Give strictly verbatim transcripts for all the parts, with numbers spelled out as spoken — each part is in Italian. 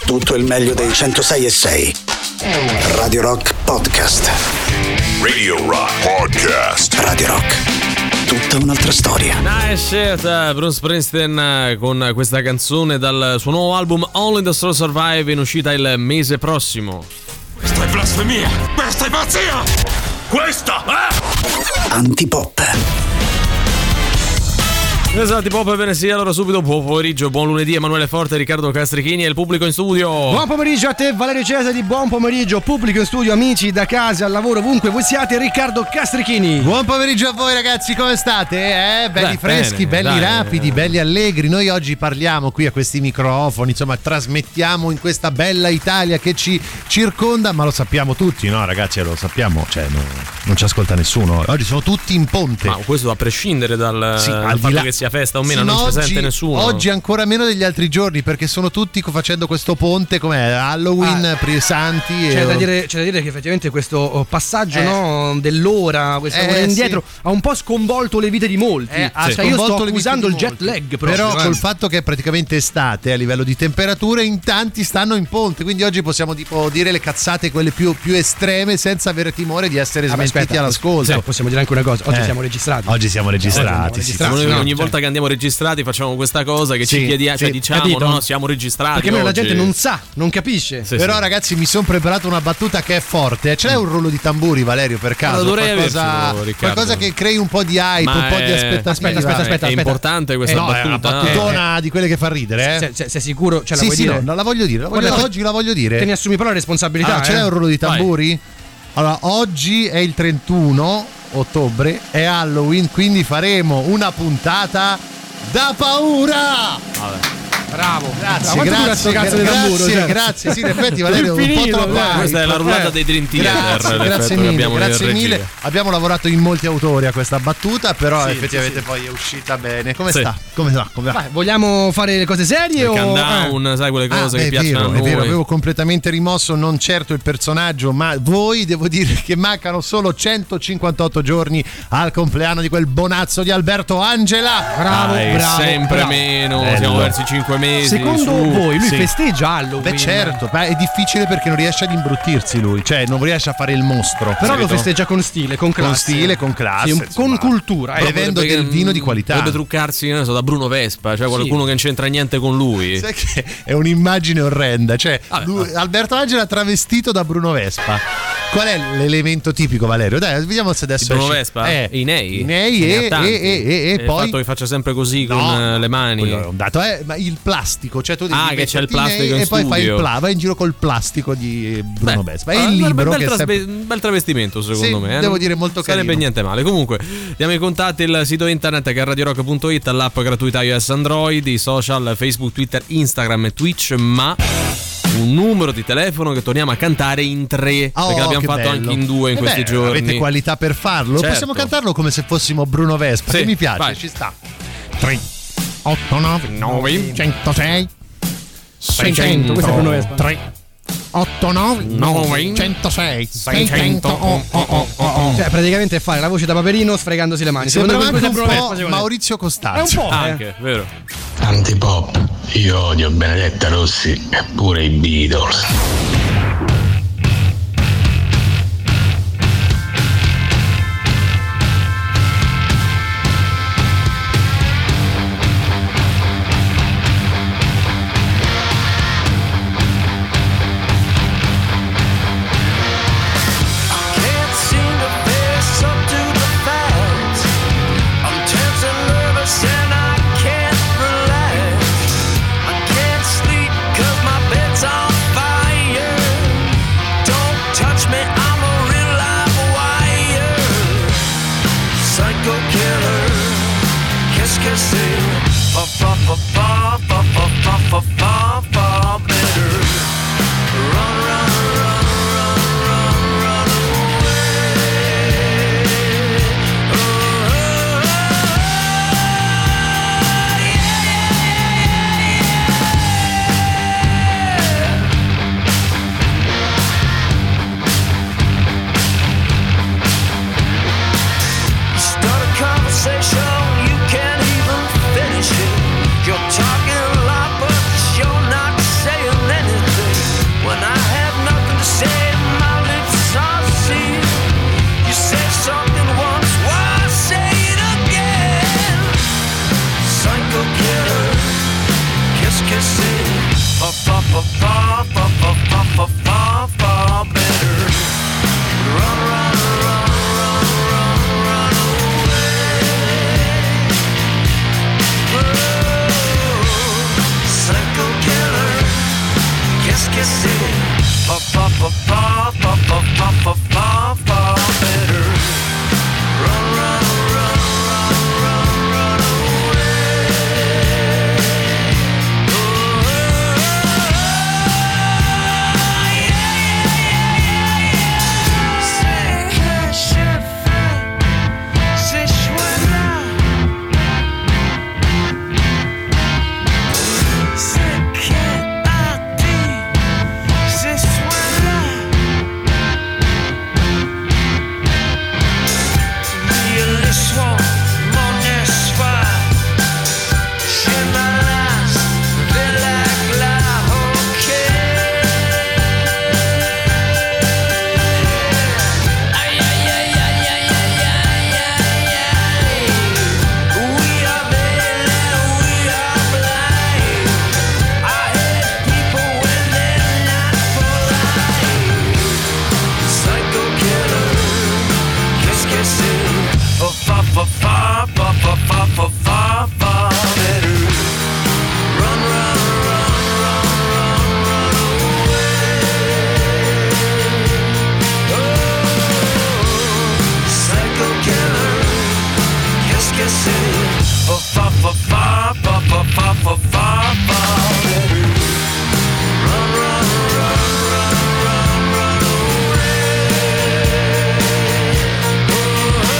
tutto il meglio dei centosei e sei. Radio Rock Podcast. Radio Rock Podcast. Radio Rock. Tutta un'altra storia. Nice shit, Bruce Springsteen con questa canzone dal suo nuovo album Only the Strong Survive, in uscita il mese prossimo. Questa è blasfemia! Questa è pazzia! Questa è... Antipop. Esatto, pop, bene sia, allora subito buon pomeriggio, buon lunedì, Emanuele Forte, Riccardo Castrichini e il pubblico in studio. Buon pomeriggio a te Valerio Cesari, buon pomeriggio pubblico in studio, amici da casa, al lavoro, ovunque voi siate, Riccardo Castrichini. Buon pomeriggio a voi ragazzi, come state? Eh, belli Beh, freschi, bene, belli dai. rapidi, belli allegri. Noi oggi parliamo qui a questi microfoni, insomma trasmettiamo in questa bella Italia che ci circonda, ma lo sappiamo tutti, no ragazzi, lo sappiamo, cioè no, non ci ascolta nessuno. Oggi sono tutti in ponte. Ma questo a prescindere dal, Sì, dal al di fatto là- che sia festa o meno, Sì, non no, ci oggi, sente nessuno. Oggi ancora meno degli altri giorni, perché sono tutti co- facendo questo ponte, com'è? Halloween, Ah, pri- Santi. C'è e... da, dire, c'è da dire che effettivamente questo passaggio Eh. no, dell'ora, questa Eh, ora indietro, sì. ha un po' sconvolto le vite di molti. Eh, ha Cioè, io sto sconvolto le accusando il vite di jet molti. lag proprio, Però eh. col fatto che è praticamente estate a livello di temperature, in tanti stanno in ponte, quindi oggi possiamo tipo dire le cazzate quelle più, più estreme senza avere timore di essere Ah, beh, smentiti aspetta, all'ascolto. sì, possiamo dire anche una cosa, oggi Eh. siamo registrati. Oggi siamo registrati, Oggi siamo sì, registrati. Noi no, ogni cioè, volta che andiamo registrati facciamo questa cosa che Sì, ci chiediamo, cioè sì, diciamo capito? no, siamo registrati. perché almeno la oggi. gente non sa, non capisce. Sì, Però sì. ragazzi mi sono preparato una battuta che è forte. Ce l'hai un rullo di tamburi Valerio per caso? Allora, dovrei qualcosa, avercelo, Riccardo. qualcosa che crei un po' di hype, Ma un po' di è- aspettativa. Aspetta, aspetta, aspetta, È aspetta. importante questa Eh, no, è una battuta. battutona di quelle che fa ridere, eh? Se- se- sei sicuro? Cioè, la sì, vuoi sì, dire? no, la voglio dire, la voglio- Guarda, oggi la voglio dire. Te ne assumi però la responsabilità. Allora, ce l'hai eh? un rullo di Vai. tamburi? Allora, oggi è il trentuno ottobre, è Halloween, quindi faremo una puntata da paura! Bravo. Grazie, Quanto dura grazie, sto cazzo di grazie, tamburo, cioè? grazie. Sì, in effetti Valerio è un po' Infinito, troppo dai. hype. Questa è la rullata Eh. dei Dream Theater, Grazie, l'effetto grazie che mille, abbiamo in grazie regia. mille. Abbiamo lavorato in molti autori a questa battuta, però Sì, effettivamente sì, poi è uscita bene. Come Sì. sta? Come va? Come va? Vai, vogliamo fare le cose serie Il o countdown, sai quelle cose Ah, che è piacciono vero, a è noi. vero, avevo completamente rimosso non certo il personaggio, ma voi. Devo dire che mancano solo centocinquantotto giorni al compleanno di quel bonazzo di Alberto Angela. Bravo, Dai, bravo, sempre bravo. meno, Bello. siamo verso i cinque mesi. Secondo su. voi lui Sì. festeggia Halloween? Beh certo, ma è difficile perché non riesce ad imbruttirsi lui, cioè non riesce a fare il mostro. Però lo capito? festeggia con stile, con classe. Con stile, con classe, Sì, un- insomma. con cultura. Beh, Eh. bevendo Potrebbe- del vino di qualità. Potrebbe truccarsi, non so, da Bruno Vespa, cioè qualcuno che non c'entra niente con lui. Sai che è un'immagine orrenda, cioè Vabbè, lui- vabbè. Alberto Angela travestito da Bruno Vespa. Qual è l'elemento tipico, Valerio? Dai, vediamo se adesso Bruno esce- Vespa? Eh, I nei? I nei Ne ha e, tanti. e, e, e, e il poi fatto che faccia sempre così con No, eh, le mani. quello è un dato, eh, ma il plastico, cioè tu devi Ah, che c'è il metterti i nei plastico in e poi fai il studio. pla, vai in giro col plastico di Bruno Beh, Vespa. È ah, il un bel- libro bel, che è trasve- sempre... un bel travestimento secondo Sì, me. eh. devo Non dire molto sarebbe carino. niente male. Comunque, diamo i contatti, il sito internet che è radio rock punto it, l'app gratuita iOS Android, i social Facebook, Twitter, Instagram e Twitch, ma un numero di telefono che torniamo a cantare in tre, Oh, perché l'abbiamo che fatto bello. anche in due in Eh questi beh, giorni. Avete qualità per farlo? Certo. Possiamo cantarlo come se fossimo Bruno Vespa, Sì, che mi piace, vai. ci sta. tre otto nove nove centosei seicento, questo è Bruno Vespa. tre otto nove nove centosei seicento. oh, oh, oh, oh, oh. Cioè, praticamente è fare la voce da Paperino sfregandosi le mani. Sembra Secondo anche me un questo è Bruno po' Vespa, secondo me. Maurizio È un Costanzo. po', eh. Anche, vero? Antipop, io odio Benedetta Rossi e pure i Beatles. Can't seem to face up to the facts. I'm tense and nervous and I can't relax. I can't sleep 'cause my bed's on fire. qu'est-ce que c'est? Fa fa fa fa fa fa fa fa fa fa better. Run, run, run, run, run, run away. Oh, yeah, yeah, yeah, yeah. C'est que je fais, ces choix-là. C'est que a dit, ces soins-là. Il les soirs, mon espoir. C'est ma last, de la glace, ok. Aïe, aïe, aïe, aïe, aïe, aïe, aïe, aïe. We are veiled and we are blind. I hate people when they're not polite. Psycho killer, qu'est-ce que c'est? Oh, fa fa fa fa fa fa fa fa fa better. Run, run, run, run, run, run away. Oh, psycho killer, qu'est-ce que c'est? Oh, fa fa fa fa fa fa fa fa fa better. Run, run, run, run, run, run away. Oh,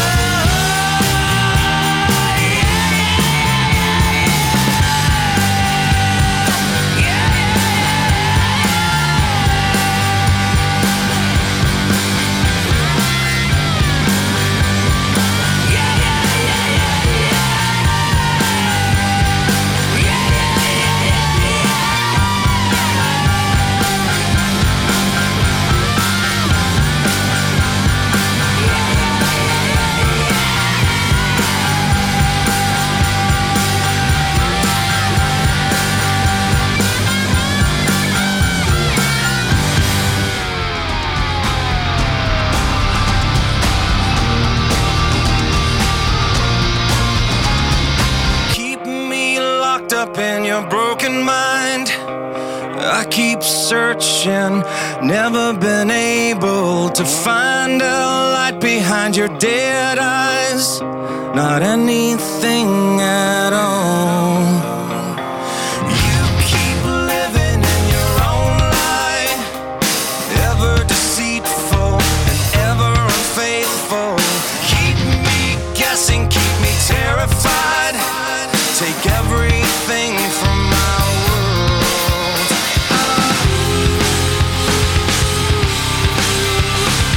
keep me locked up in your broken mind. I keep searching, never been able to find a light behind your dead eyes. Not anything at all. You keep living in your own lie, ever deceitful and ever unfaithful. Keep me guessing, keep me terrified. Take everything from my world.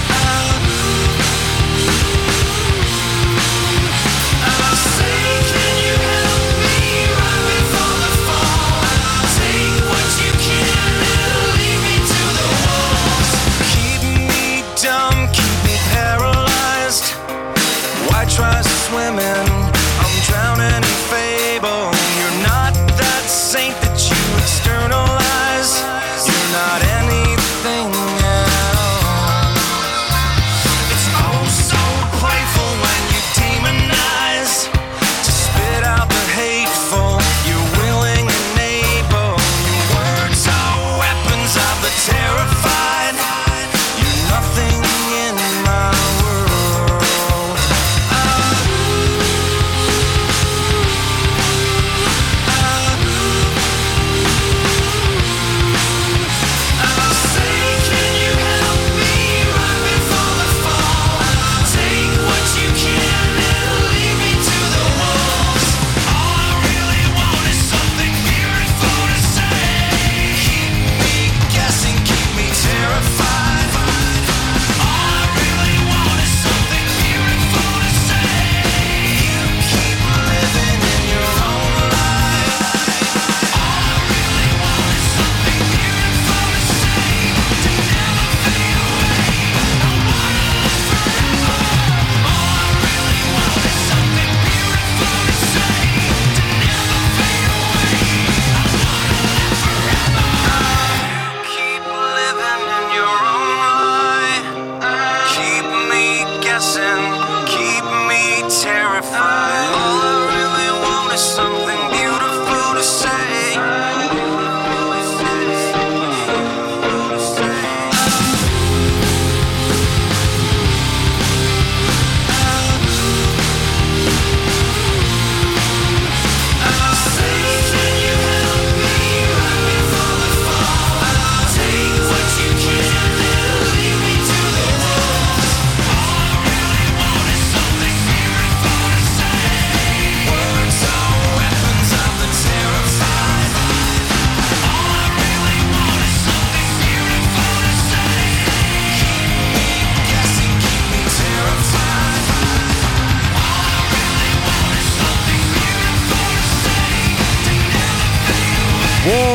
I'll say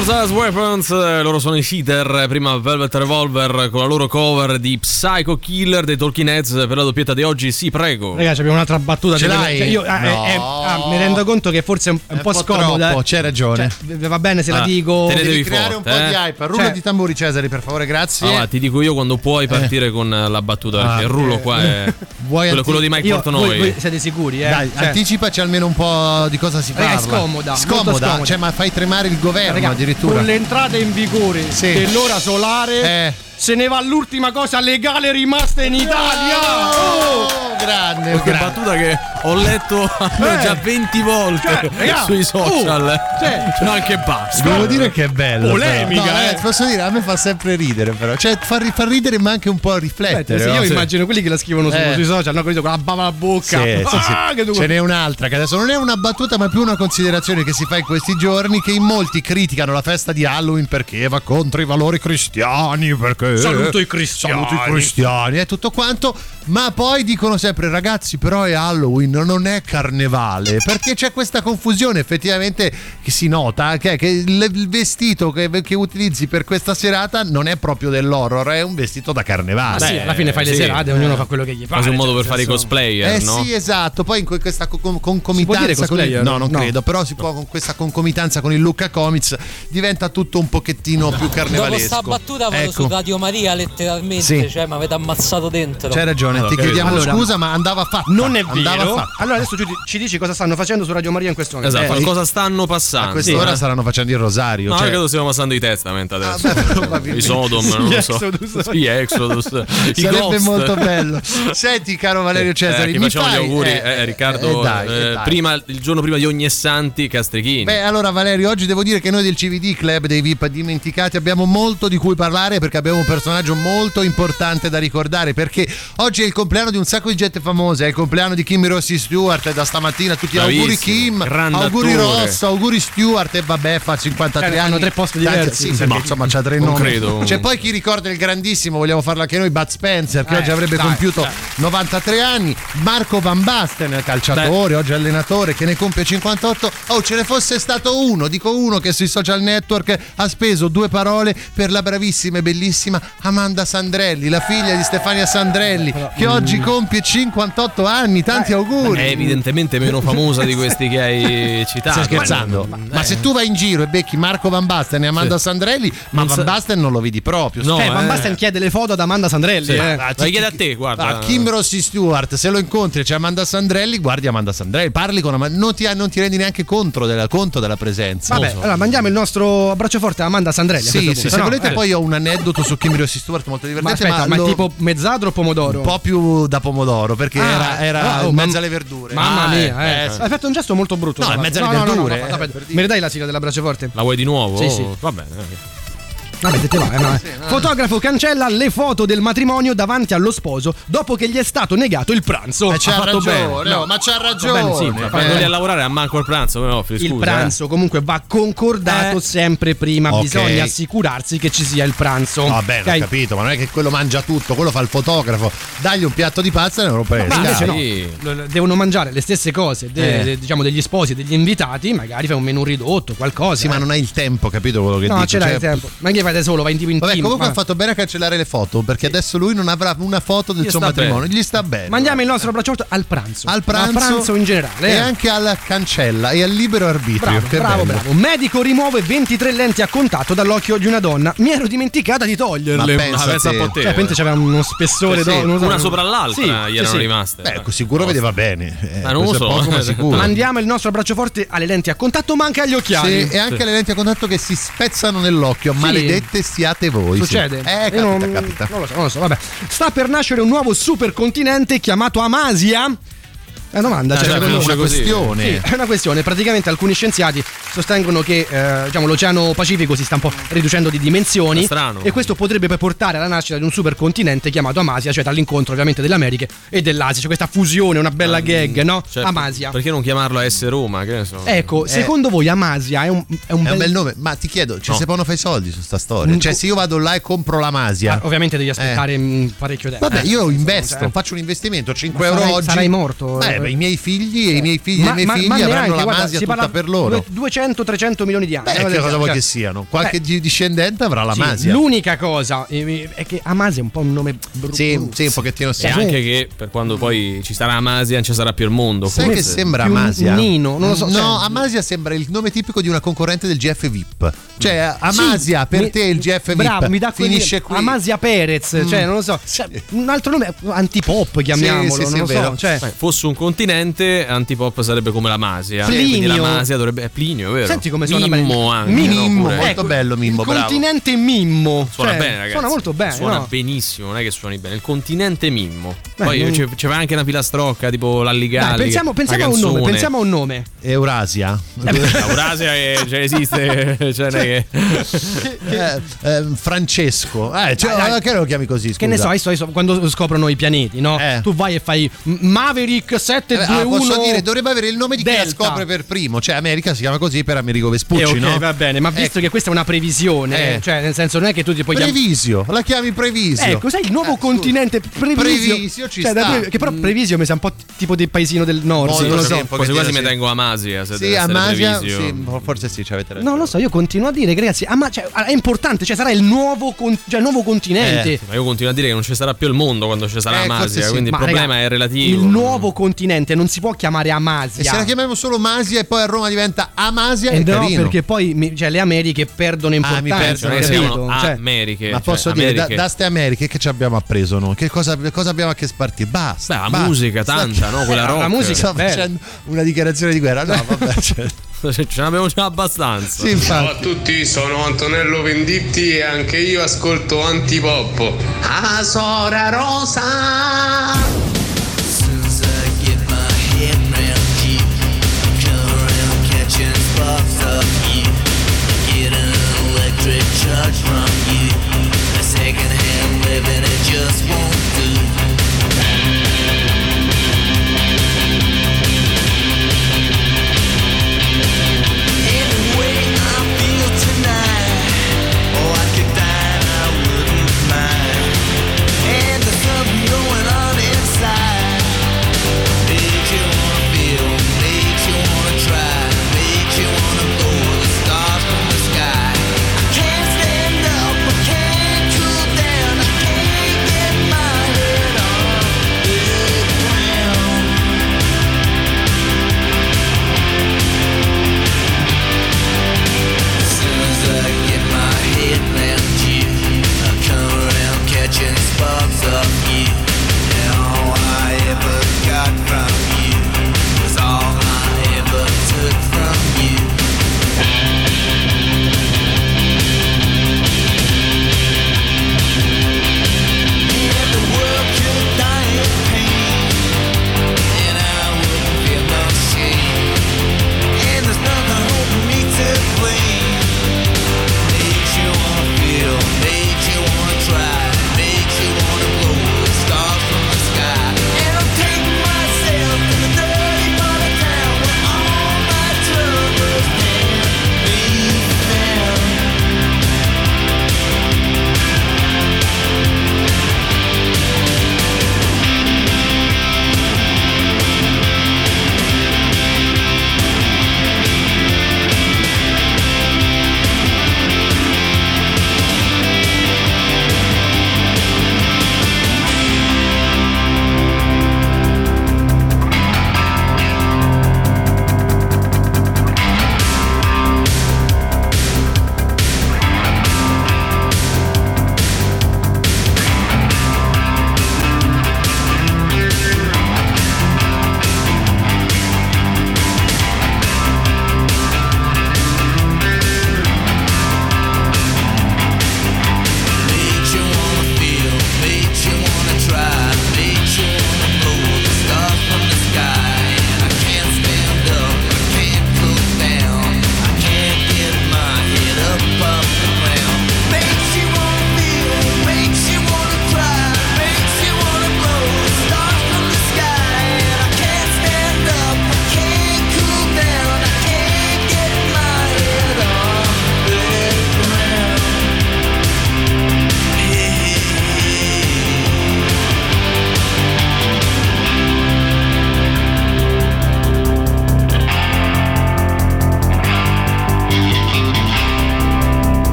Tools as Weapons, loro sono i Cheater, prima Velvet Revolver con la loro cover di Psycho Killer dei Talking Heads per la doppietta di oggi, sì prego. Ragazzi, abbiamo un'altra battuta. Ce di l'hai? quelle- Io eh, No. eh, ah, mi rendo conto che forse è un, è un È po' un po' scomoda. troppo, eh. c'hai ragione. Cioè, va bene se la Ah, dico. te ne Devi devi creare forte, un po' eh? di hype. Rullo Cioè- di tamburi, Cesare, per favore, grazie. Allora, ti dico io quando puoi partire con la battuta, perché Ah, il rullo eh. qua è Vuoi quello, anti- quello di Mike Io, Portnoy. voi, voi siete sicuri, eh? Dai, Cioè, anticipaci almeno un po' di cosa si parla. Raga, è scomoda, molto Scomoda, scomoda. cioè, ma fai tremare il governo raga, addirittura. con l'entrata in vigore Sì. dell'ora solare Eh. se ne va l'ultima cosa legale rimasta in Italia. Oh, grande, Che grande. battuta che ho letto almeno Eh. già venti volte Cioè, raga, sui social. oh, cioè, no, anche basta. Devo dire che è bello. Polemica, però. No, eh. ragazzi, posso dire, a me fa sempre ridere, però. Cioè, fa, ri- fa ridere, ma anche un po' riflettere. Aspetta, se no? io Sì. immagino quelli che la scrivono su- Eh. sui social, no? Con la bava alla bocca. Sì, sì, sì. Ah, che tu- Ce n'è un'altra che adesso non è una battuta, ma più una considerazione che si fa in questi giorni: che in molti criticano la festa di Halloween perché va contro i valori cristiani. Perché Saluto i cristiani. Saluto i cristiani e tutto quanto. Ma poi dicono sempre, ragazzi, però è Halloween, non è carnevale. Perché c'è questa confusione effettivamente che si nota, che, è che il il vestito che, che utilizzi per questa serata non è proprio dell'horror, è un vestito da carnevale. Ah, sì, alla fine fai le sì. serate, ognuno fa quello che gli pare. Quasi un modo cioè, per fare i nel senso- cosplayer, Eh no? sì, esatto. Poi in que- questa co- con- Si può dire concomitanza con il, cosplayer? no, non No. credo, però si può con questa concomitanza con il Lucca Comics diventa tutto un pochettino più Dopo carnevalesco. sta battuta vado Ecco. su Radio Maria letteralmente, Sì. cioè mi avete ammazzato dentro. C'hai ragione, Allora, ti capito. chiediamo Allora, scusa, ma andava fatta. Non è andava vero. fatta. Allora adesso ci, ci dici cosa stanno facendo su Radio Maria in questo momento. Esatto, Eh, cosa stanno A passando? quest'ora eh? staranno facendo il rosario. No, cioè- io credo stiamo passando i Testament adesso. Ah, beh, probabilmente. I Sodom, non Gli lo so. Exodus. Sì, Exodus. I Sarebbe Ghost. molto bello. Senti, caro Valerio Cesari, Eh, che mi facciamo fai gli auguri, eh, eh, Riccardo. eh, dai, eh, eh, dai. prima, il giorno prima di Ognissanti Castrichini. Beh, allora Valerio, oggi devo dire che noi del C V D Club dei V I P dimenticati abbiamo molto di cui parlare, perché abbiamo un personaggio molto importante da ricordare, perché oggi è il compleanno di un sacco di gente famosa, è il compleanno di Kim Rossi Stewart, e da stamattina tutti Bravissimo, auguri Kim, grande auguri attore. Ross, auguri Stewart, e vabbè, fa cinquantatré Cioè, anni. hanno tre posti Tanti- diversi, sì, perché- ma insomma c'ha tre Non nomi. credo. C'è poi chi ricorda il grandissimo, vogliamo farlo anche noi, Bud Spencer, che Eh, oggi avrebbe dai, compiuto dai. novantatré anni, Marco Van Basten, calciatore, oggi allenatore, che ne compie cinquantotto. Oh, ce ne fosse stato uno, dico uno, che sui social network ha speso due parole per la bravissima e bellissima Amanda Sandrelli, la figlia di Stefania Sandrelli, che oggi compie cinquantotto anni. Tanti auguri. È evidentemente meno famosa di questi che hai citato. Stai scherzando? Ma, Ma se tu vai in giro e becchi Marco Van Basten e Amanda Sì. Sandrelli, ma Non Van sa- Basten non lo vedi proprio. No, Eh, Van eh. Basten chiede le foto ad Amanda Sandrelli. Sì. eh. Ah, la chiede a te, guarda. A Kim Rossi Stewart, se lo incontri e c'è Amanda Sandrelli, guardi Amanda Sandrelli, parli con Amanda, non ti, non ti rendi neanche conto della, conto della presenza. Vabbè, allora mandiamo il nostro abbraccio forte a Amanda Sandrelli. a Sì, questo sì, punto, se no? volete Eh. poi ho un aneddoto su Kim Rossi Stewart molto Ma divertente, aspetta, ma, lo- è tipo mezzadro o pomodoro? un po' più da pomodoro, perché Ah, era, era ah, oh, in mezzo mam- alle verdure. Mamma Ah, mia, eh. eh, sì. Hai fatto un gesto molto brutto. No, guarda. in mezzo alle no, no, no, verdure, no, eh, vabbè, per dire. me ne dai la sigla dell'abbraccio forte? La vuoi di nuovo? Sì, sì. Va bene. Vabbè, te va, eh, no, eh. Fotografo cancella le foto del matrimonio davanti allo sposo dopo che gli è stato negato il pranzo. Eh, c'ha Ha fatto ragione, bene. no, ma c'ha ragione. bene, sì, Ma Eh. quando devi a lavorare a manco il pranzo, me lo offri, Il scusa, pranzo comunque va concordato Eh. sempre prima, Ok. bisogna assicurarsi che ci sia il pranzo. Va bene, Ok? ho capito, ma non è che quello mangia tutto, quello fa il fotografo. Dagli un piatto di pasta e non lo prende. Ma invece no, Sì. Lo- devono mangiare le stesse cose de- Eh. de- diciamo degli sposi e degli invitati, magari fai un menù ridotto, qualcosa. Sì, ma eh. non hai il tempo, capito quello che No, dico? ce l'hai Cioè, il tempo. Ma che fai da solo? Vai in tipo in Vabbè, team. comunque Vabbè. ha fatto bene a cancellare le foto, perché adesso lui non avrà una foto del Gli suo sta matrimonio. bene. Gli sta bene. Mandiamo il nostro abbraccio forte al pranzo. al pranzo, Al pranzo in generale. e eh. anche alla cancella e al libero arbitrio. Bravo, che bravo, bello. bravo. Medico rimuove ventitré lenti a contatto dall'occhio di una donna. Mi ero dimenticata di toglierle. Ma pensa Ah, pensa a te. un po' te. Cioè, pensa c'aveva uno spessore Sì, sì, d'oro, non so- una sopra l'altra Sì, gli sì, erano sì. rimaste. Beh, sicuro vedeva bene. Eh, Ma non lo questo è so. poco ma sicuro. Mandiamo il nostro abbraccio forte alle lenti a contatto, ma anche agli occhiali. Sì, e anche le lenti a contatto che si spezzano nell'occhio. Maledette siate voi. sì. Succede? Eh, Io capita, non, capita. non lo so, non lo so, vabbè. Sta per nascere un nuovo supercontinente chiamato Amasia? È una domanda, cioè, cioè, secondo finisce me- così. questione. Sì, è una questione. Praticamente alcuni scienziati sostengono che eh, diciamo, l'Oceano Pacifico si sta un po' riducendo di dimensioni. È strano. E questo potrebbe poi portare alla nascita di un supercontinente chiamato Amasia, cioè dall'incontro ovviamente delle Americhe e dell'Asia. C'è questa fusione, una bella gag, no? Certo, Amasia. Perché non chiamarlo A S Roma? Che ne so. Ecco, secondo voi Amasia è un, è un È bel... un bel nome, ma ti chiedo, ci No. si possono fare i soldi su sta storia? Mm, Cioè, se io vado là e compro la Masia, Ah, ovviamente devi aspettare mm, parecchio tempo. vabbè, Eh, io insomma, investo, cioè. faccio un investimento, cinque Ma euro sarai- oggi. sarai morto. Beh, beh, i miei figli e i miei figli Ma- e i miei ma- figli ma avranno neanche, la guarda, Masia si tutta parla per loro. due- duecento duecento trecento milioni di anni. Beh, che cosa vuoi che siano? Qualche Eh, di- discendente avrà la sì, Masia. l'unica cosa eh, è che Amasia è un po' un nome brutto. Sì, sì, un pochettino sì. E anche che per quando poi ci sarà Amasia non ci sarà più il mondo. Sai forse. che sembra più Amasia? Nino, non lo so, No, cioè- Amasia sembra il nome tipico di una concorrente del G F V I P. Cioè, Amasia Sì, per mi- te il G F V I P bravo, mi dà quelli- finisce qui. Amasia Perez, cioè non lo so, cioè, un altro nome antipop chiamiamolo, Sì, sì, sì, non lo è vero. so, cioè, Beh, fosse un continente, antipop sarebbe come la Masia. Plinio. Quindi la Masia dovrebbe. È Plinio, vero? Senti come suona Mimmo bene. anche. Mimmo, no? Pure- molto ecco, bello Mimmo, il bravo. continente Mimmo. Suona cioè, bene, ragazzi. Suona molto bene, Suona no? benissimo, non è che suoni bene. Il continente Mimmo. Beh, Poi non- c'è, c'è anche una filastrocca tipo l'Alligalli. Dai, pensiamo, pensiamo a un nome, pensiamo a un nome. Eurasia. Eurasia che cioè, esiste. Cioè, non è che. Eh, eh, Francesco. Eh, cioè, Dai, dai. che lo chiami così? Scusa? Che ne so, adesso, adesso, quando scoprono i pianeti, no? Eh. Tu vai e fai Maverick Eh, ah, settecentoventiuno. posso dire, dovrebbe avere il nome di chi la Delta. scopre per primo. Cioè, America si chiama così per Amerigo Vespucci, Eh, ok, no? va bene, ma visto Ecco. che questa è una previsione, Eh. cioè nel senso non è che tu ti puoi chiamare. Previsio, la chiami Previsio. Ecco, sai il nuovo Eh, continente Previsio. Previsio ci Cioè, da sta. Pre- che però Previsio mi sa un po' tipo del paesino del nord, Molto, non lo sì, so. un po' Quasi che quasi tira, mi sì. tengo a Masia. Se Sì, deve essere Amasia, Previsio. sì, forse sì, ci avete ragione. Non lo so, io continuo a dire che ragazzi, ama- cioè, è importante, cioè sarà il nuovo, con- cioè, il nuovo continente. Eh, Ma io continuo a dire che non ci sarà più il mondo quando ci sarà Eh, Amasia. forse sì. Quindi Ma, il problema raga, è relativo. Il nuovo continente non si può chiamare Amasia. E se la chiamiamo solo Masia e poi a Roma diventa Amasia, Eh è no, carino. perché poi mi- cioè, le Americhe perdono Ah, mi importanza, perdono, Cioè, hai si capito? chiamano Cioè, Americhe. Ma cioè, posso dire, da, Americhe. da ste Americhe che ci abbiamo appreso noi? Che cosa, cosa abbiamo a che spartire? Basta. Beh, la basta. musica, tanta, no? Quella Eh, la rock. musica. Sto Beh. facendo una dichiarazione di guerra. No, vabbè. Cioè. Ce ne abbiamo già abbastanza. Sì, Ciao a infatti. tutti, sono Antonello Venditti e anche io ascolto Antipop. Ah, Sora Rosa! And there's something going on inside.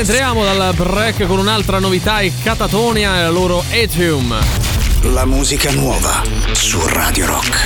Rientriamo dal break con un'altra novità, i Catatonia e la loro Atrium. La musica nuova su Radio Rock.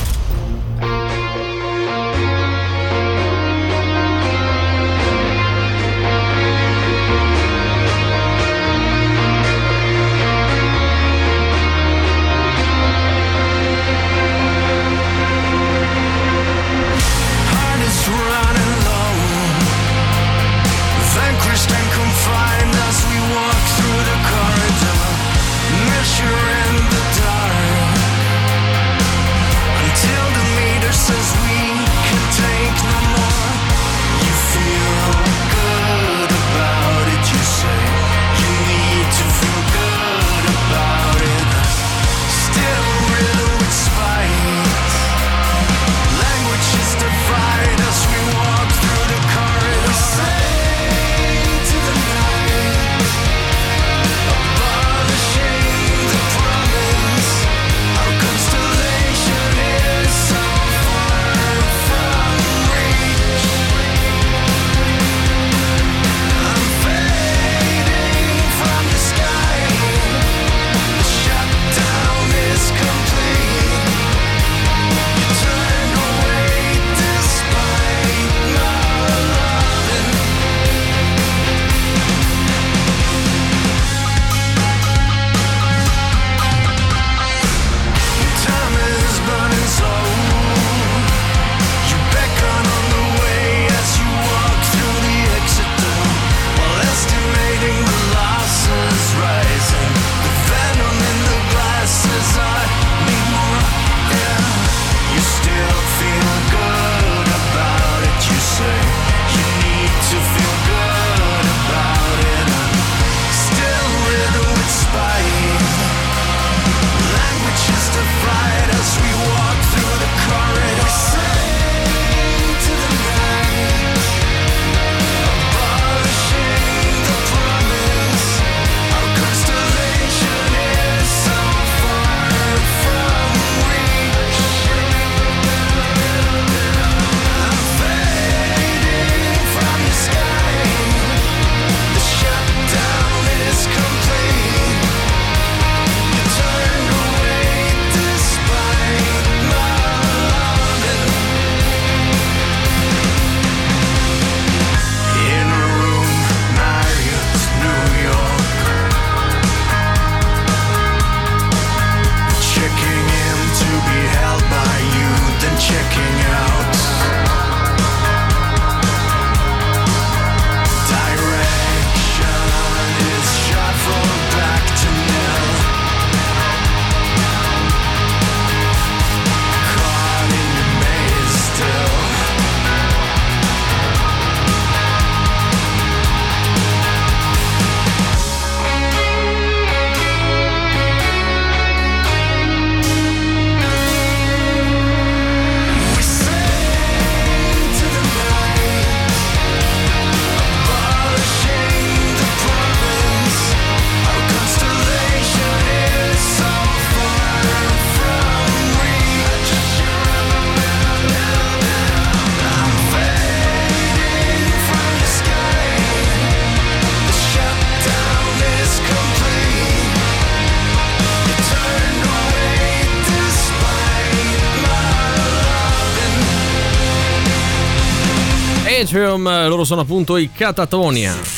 Atrium, loro sono appunto i Catatonia.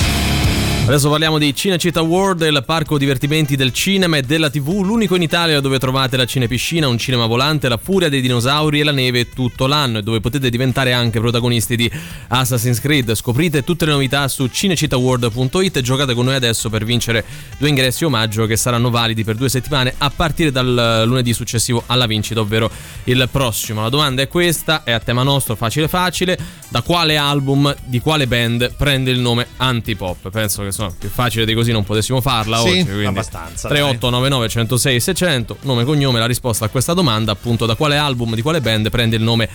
Adesso parliamo di Cinecittà World, il parco divertimenti del cinema e della tivù, l'unico in Italia dove trovate la cinepiscina, un cinema volante, la furia dei dinosauri e la neve tutto l'anno, e dove potete diventare anche protagonisti di Assassin's Creed. Scoprite tutte le novità su cinecittàworld punto it e giocate con noi adesso per vincere due ingressi omaggio che saranno validi per due settimane a partire dal lunedì successivo alla vincita, ovvero il prossimo. La domanda è questa, è a tema nostro, facile facile: da quale album, di quale band prende il nome Antipop? Penso che insomma più facile di così non potessimo farla sì, oggi, quindi abbastanza. tre otto nove nove uno zero sei sei zero zero, nome e cognome, la risposta a questa domanda, appunto, da quale album, di quale band prende il nome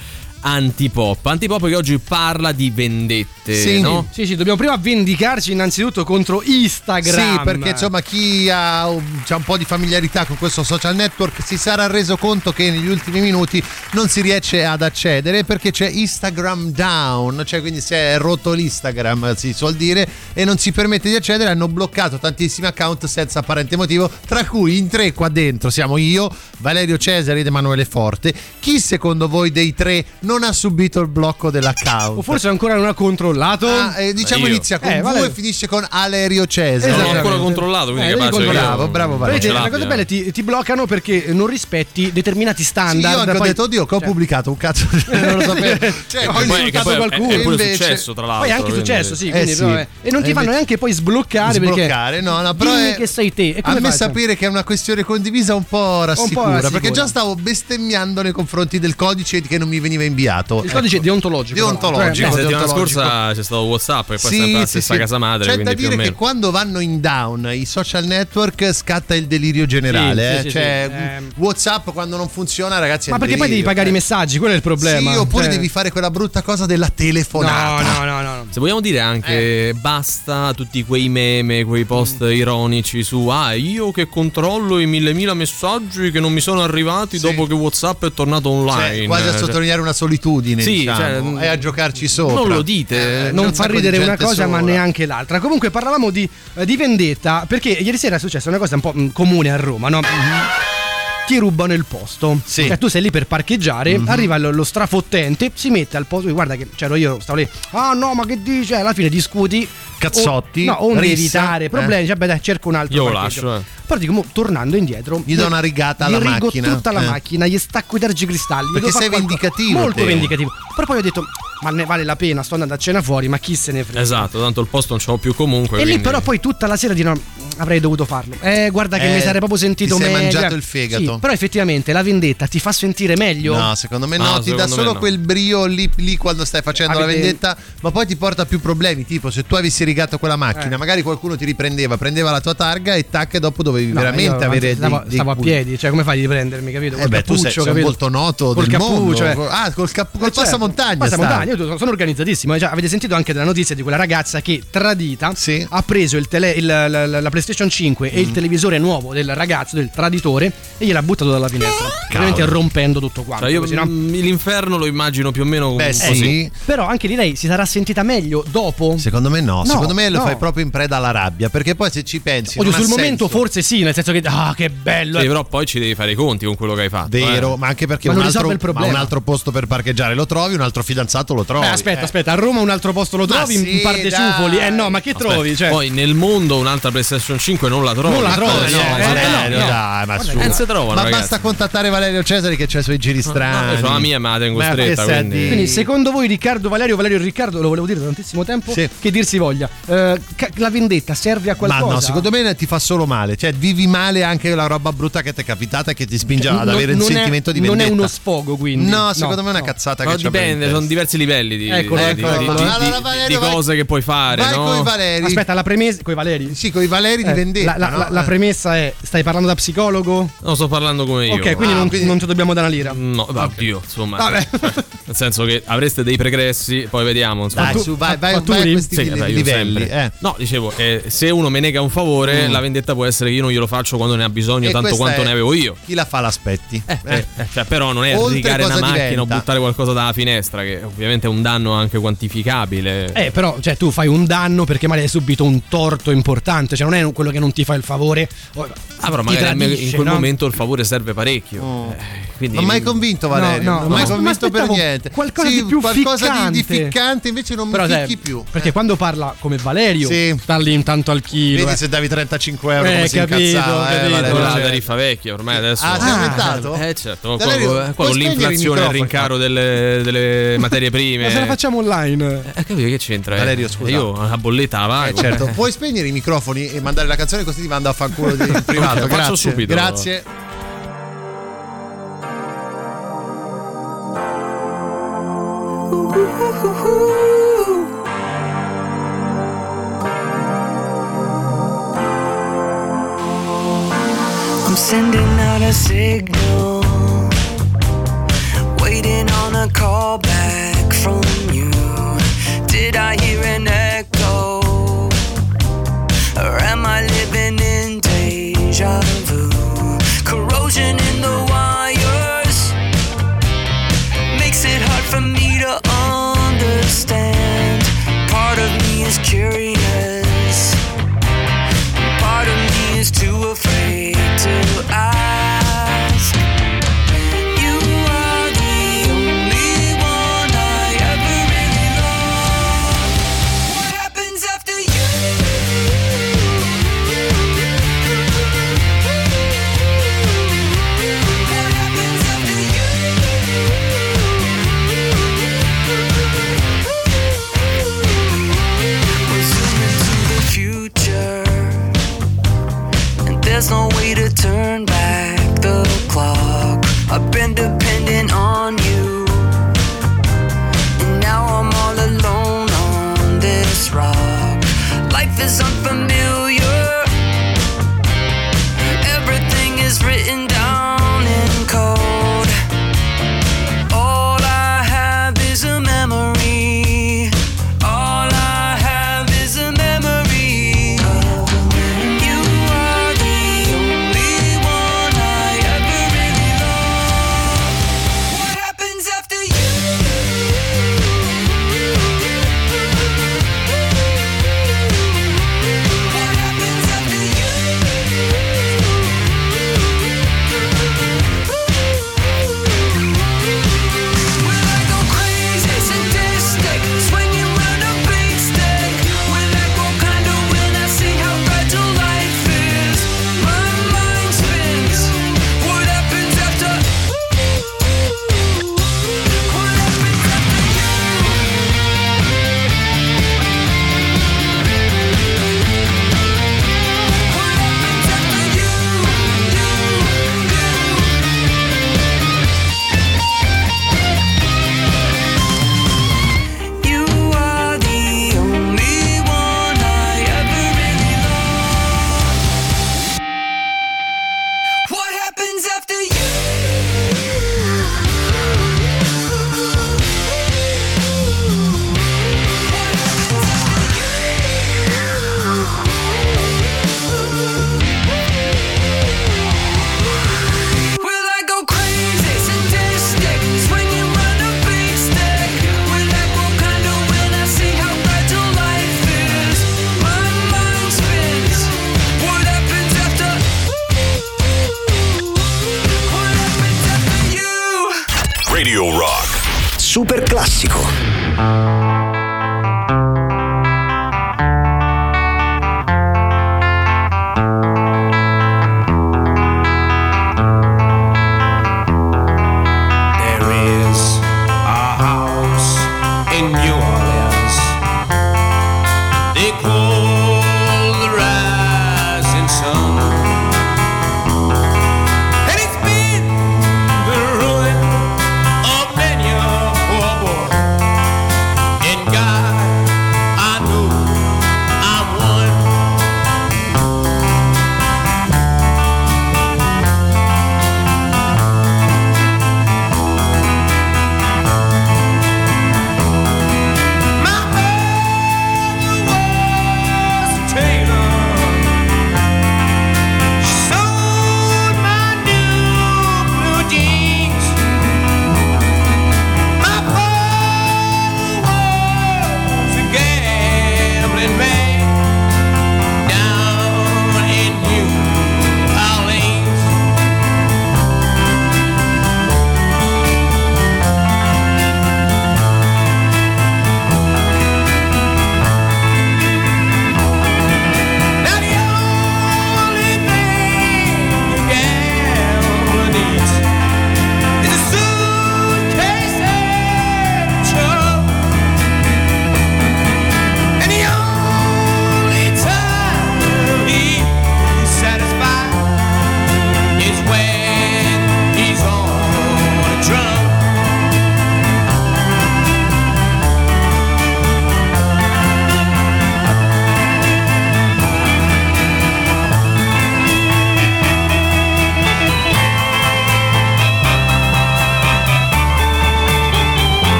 Antipop. Antipop che oggi parla di vendette, Sì, no? sì, sì, dobbiamo prima vendicarci innanzitutto contro Instagram. Sì, perché insomma chi ha un, c'ha un po' di familiarità con questo social network si sarà reso conto che negli ultimi minuti non si riesce ad accedere perché c'è Instagram down, cioè quindi si è rotto l'Instagram, si suol dire, e non si permette di accedere. Hanno bloccato tantissimi account senza apparente motivo, tra cui in tre qua dentro siamo io, Valerio Cesari ed Emanuele Forte. Chi secondo voi dei tre non ha subito il blocco dell'account? O forse ancora non ha controllato? Ah, eh, diciamo Io. inizia con Eh, V vale. e finisce con Alerio Cesari. Non ho Esattamente. ancora controllato, quindi Eh, devi capace che controllare. Bravo, bravo, Valerio. Vedete, ce la l'abbia. cosa bella è ti, ti bloccano perché non rispetti determinati Sì, standard. io anche ho poi, detto, oddio, che ho cioè, pubblicato un cazzo, non lo sapevo. Cioè, ho ho Che poi, che insultato poi è- qualcuno, è, pure invece- successo, tra l'altro. Poi è anche quindi- successo, sì, Eh, quindi, sì. però, eh, e non ti E fanno invece- neanche poi sbloccare, sbloccare, no, no, però dimmi è- che sei te. E a come me fai? sapere che è una questione condivisa un po' rassicura, rassicura. perché già stavo bestemmiando nei confronti del codice che non mi veniva inviato. Il codice Ecco. deontologico. Deontologico. Eh, Sì, settimana deontologico. scorsa c'è stato WhatsApp e poi Sì, sempre la sì, stessa sì. casa madre. C'è da quindi più o dire che meno. quando vanno in down i social network scatta il delirio generale. Sì, eh. sì, sì, cioè, sì. Ehm. WhatsApp quando non funziona, ragazzi. è Ma un perché poi devi delirio. pagare i Eh. messaggi, quello è il problema. Sì, oppure Cioè- devi fare quella brutta cosa della telefonata. No, no, no, no, no. Se vogliamo dire anche basta tutti quei meme, quei post ironici su ah io che controllo i mille mila messaggi che non mi sono arrivati Sì. dopo che WhatsApp è tornato online. Cioè, quasi a Cioè, sottolineare una solitudine, Sì, diciamo, cioè, e a giocarci sopra. non lo dite, Eh, Non c'è un fa sacco di ridere una gente cosa ma sola. neanche l'altra. Comunque parlavamo di, eh, di vendetta perché ieri sera è successa una cosa un po' mh, comune a Roma, no? Ti rubano il posto. Sì. Cioè, tu sei lì per parcheggiare, Mhm. arriva lo, lo strafottente, si mette al posto, guarda che c'ero io, stavo lì. Ah no, ma che dice? Alla fine discuti. Cazzotti, O, no, onde rissa, evitare problemi, eh. cioè, beh, dai, cerco un altro Io lo parcheggio. lascio, eh. Però dico, mo, tornando indietro, Gli do una rigata alla gli rigo macchina, tutta la eh. macchina, gli stacco i tergicristalli. gli Perché devo sei fare qualcosa- vendicativo, Molto te. vendicativo. Però poi ho detto, ma ne vale la pena, sto andando a cena fuori, ma chi se ne frega. Esatto, tanto il posto non ce l'ho più comunque. E lì quindi- però poi tutta la sera di no, avrei dovuto farlo. Eh, guarda che Eh, mi sarei proprio sentito ti sei meglio. mangiato il fegato. Sì, però effettivamente la vendetta ti fa sentire meglio. No, secondo me no, No, ti dà secondo me solo no. quel brio lì, lì quando stai facendo la Avete- vendetta, ma poi ti porta più problemi. Tipo, se tu avessi rigato quella macchina, Eh. magari qualcuno ti riprendeva, prendeva la tua targa e tac, e dopo dovevi No, veramente io, avere stavo, dei, dei stavo a punti. piedi, cioè come fai di prendermi, capito? Eh Col beh, tu sei, cappuccio, sei un capito? volto noto Col del cappuccio, mondo. eh. Ah, col, cap- col Eh, certo, passamontagna. passamontagna, sta. io sono organizzatissimo. Cioè, avete sentito anche della notizia di quella ragazza che tradita Sì. ha preso il tele- il- la, la- la PlayStation cinque e il Mm. televisore nuovo del ragazzo, del traditore, e gliel'ha buttato dalla finestra. Ovviamente rompendo tutto quanto. Cioè, io così, no? mm, l'inferno lo immagino più o meno Beh, così. sì. Però anche lì lei si sarà sentita meglio dopo. Secondo me no, No, secondo me lo no. fai proprio in preda alla rabbia, perché poi se ci pensi Oddio, non ha sul momento senso. forse sì, nel senso che ah, che bello. Sì, eh. però poi ci devi fare i conti con quello che hai fatto. Vero, eh. ma anche perché Ma un non altro, risolve il problema. ma un altro posto per parcheggiare lo trovi, un altro fidanzato lo trovi. Beh, aspetta, Eh. aspetta, a Roma un altro posto lo Ma trovi, sì, in Par dei dai. Ciufoli. Eh no, ma che Aspetta, trovi? Cioè, Poi nel mondo un'altra PlayStation cinque non la trovi. Non la trovi, Eh, no, no, eh, Valerio, no, no. dai, ma su. Non si trovano, Ma ragazzi. basta contattare Valerio Cesari che c'ha i suoi giri strani. io sono la mia, ma la tengo Ma stretta, che sa quindi- di- Quindi, secondo voi, Riccardo Valerio, Valerio Riccardo, lo volevo dire da tantissimo tempo, Sì. che dir si voglia, eh, ca- la vendetta serve a qualcosa? Ma no, secondo me ti fa solo male. Cioè, vivi male anche la roba brutta che ti è capitata e che ti spinge Cioè, ad non- avere il non è- sentimento di non vendetta. è uno sfogo, quindi. No, secondo me è una no. cazzata No, che c'ha dipende, ben sono in diversi livelli di, Eccolo, di- eccolo, di- di- eccolo. di- Allora, di- Valerio, di vai- cose che puoi fare, Vai no? con i Valeri. Aspetta, la premessa coi Valeri. Sì, con i Valeri di Eh, vendetta. la, la- la- no? la Eh. premessa è: stai parlando da psicologo? Non sto parlando come io. Ok, quindi, Ah, non, quindi- non ti dobbiamo dare una lira. No, oddio, insomma. Vabbè. Nel senso che avreste dei pregressi, poi vediamo. Insomma. Dai, su, vai, vai, fatturi? vai a questi Sì, li- vabbè, io livelli. sempre. Eh. No, dicevo, eh, se uno me nega un favore, Mm. la vendetta può essere che io non glielo faccio quando ne ha bisogno, E tanto questa quanto è- ne avevo io. Chi la fa l'aspetti. Eh, eh, eh, cioè, però non è Oltre rigare una cosa macchina diventa? o buttare qualcosa dalla finestra, che ovviamente è un danno anche quantificabile. Eh, però, cioè, tu fai un danno perché magari hai subito un torto importante, cioè non è quello che non ti fa il favore. o- Ah, però ti magari a me in tradisce, quel no? momento il favore serve parecchio. Oh. Eh, quindi Non mai convinto Valerio, No, no, non mai ma- ma convinto per aspettavo niente. qualcosa Sì, di più qualcosa di, di ficcante. ficcante, invece non Però, mi sai, ficchi più. perché Eh. quando parla come Valerio, Sì. sta lì intanto al chilo. Vedi eh. se davi trentacinque euro Eh, come si capito, incazzava, eh, capito. Valerio, Quella è cioè. la tariffa vecchia ormai adesso. Ah, si è Ah, aumentato? Eh certo, qua, Valerio, qua- qua puoi con spegnere i l'inflazione e il microfoni? rincaro delle, delle materie prime. Ma se la facciamo online? Eh, capito che c'entra? eh? Valerio, scusa. Io la bolletta la pago. Eh, certo, puoi spegnere i microfoni e mandare la canzone così ti mando a fanculo di- in privato. Ok, faccio Grazie. subito. Grazie. I'm sending out a signal, waiting on a a call back from you? Did I hear an echo? Or am I living in deja vu? Corrosion in the wires makes it hard for me to understand. Part of me is curious, part of me is too afraid to ask. You are the only one I ever really loved. What happens after you? What happens after you? We're zooming to the future, and there's no way to turn back the clock. I've been dependent on you, and now I'm all alone on this rock. Life is unfamiliar, everything is written down in code. All I have is a memory. All I have is a memory. You are the only one I ever really loved. What happens after you? What happens after you? Will I go crazy, sadistic, swinging round a big stick? Will I go kind of when I see how fragile life is? My mind spins. What happens after? What happens after you? What happens after you? You are the only one I ever really loved. What happens after you? Will I go crazy, sadistic, swinging round a big stick? Will I go kind of when I see how fragile life is? My mind spins. What happens after? What happens after you? Radio Rock. Super classico. There is a house in New Orleans they call the Rising Sun, and it's been the ruin of many a poor boy. And God, I know I'm one.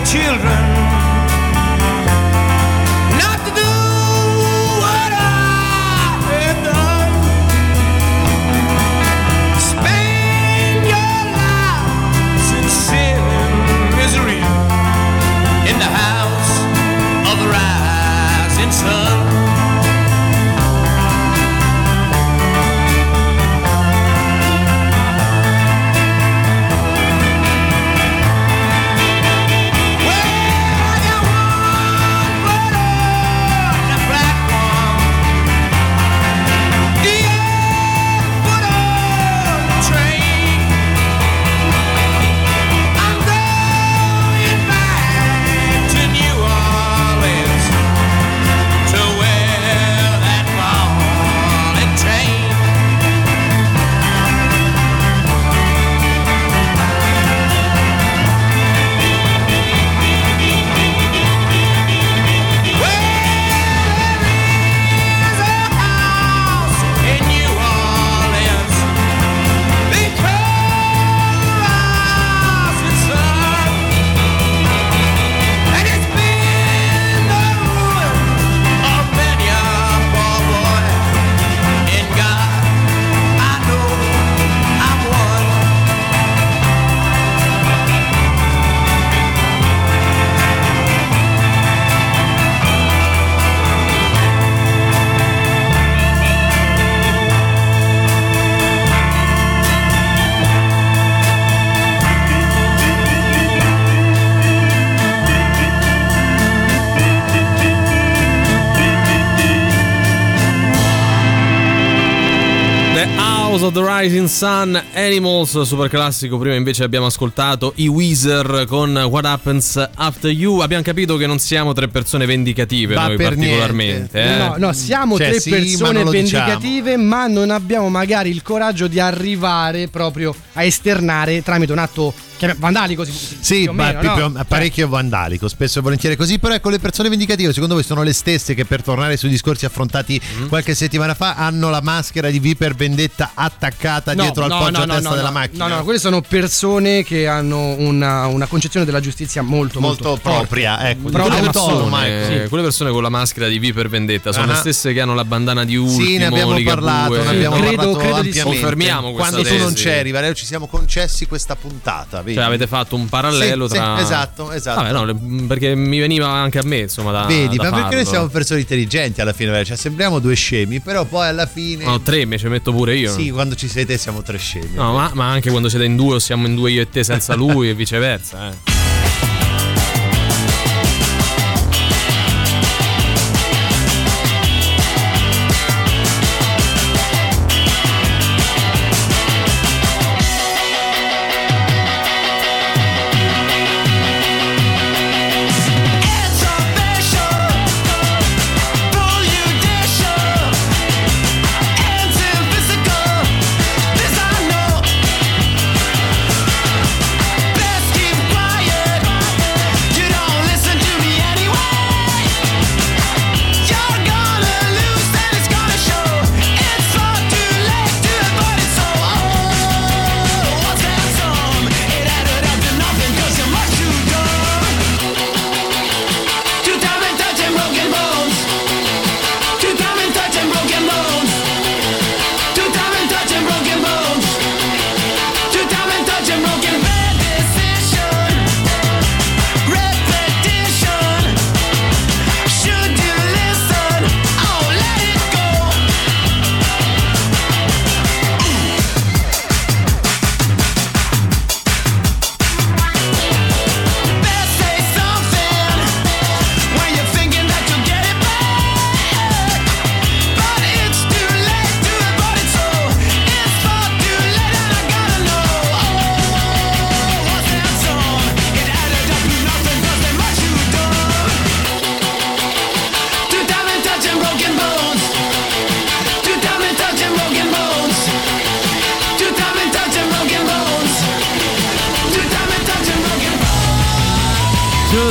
children not to do what I have done. Spend your lives in sin and misery in the house of the rising sun. of the Rising Sun, Animals, super classico. Prima invece abbiamo ascoltato i Weezer con What Happens After You. Abbiamo capito che non siamo tre persone vendicative, Ma noi per particolarmente eh? No, no, siamo Cioè, tre sì, persone ma non lo vendicative, ma non abbiamo magari il coraggio di arrivare proprio a esternare tramite un atto vandalico. Sì, più o ma meno, più, no? più, parecchio vandalico, spesso e volentieri così. Però ecco, le persone vendicative secondo voi sono le stesse che, per tornare sui discorsi affrontati mm. qualche settimana fa, hanno la maschera di V per Vendetta attaccata no, dietro no, al poggio no, a no, testa no, della no, macchina? No, no, quelle sono persone che hanno una, una concezione della giustizia molto molto, molto propria, forte. ecco, propria, autonoma, eh, sì. Quelle persone con la maschera di V per Vendetta sono uh-huh. le stesse che hanno la bandana di Ultimo. Sì, ne abbiamo Ligabue. parlato, ne abbiamo credo, parlato credo ampiamente. Confermiamo questa Quando tesi. tu non c'eri, Valerio, ci siamo concessi questa puntata, vedi? Cioè avete fatto un parallelo sì, tra sì, esatto, esatto. Vabbè, no, perché mi veniva anche a me, insomma, da Vedi, da ma perché farlo. noi siamo persone intelligenti alla fine, cioè sembriamo due scemi, però poi alla fine No, tre mi ci metto pure io. Sì, quando ci sei te siamo tre scemi. No, ma, ma anche quando siete in due o siamo in due io e te senza lui e viceversa, eh. Let's keep quiet.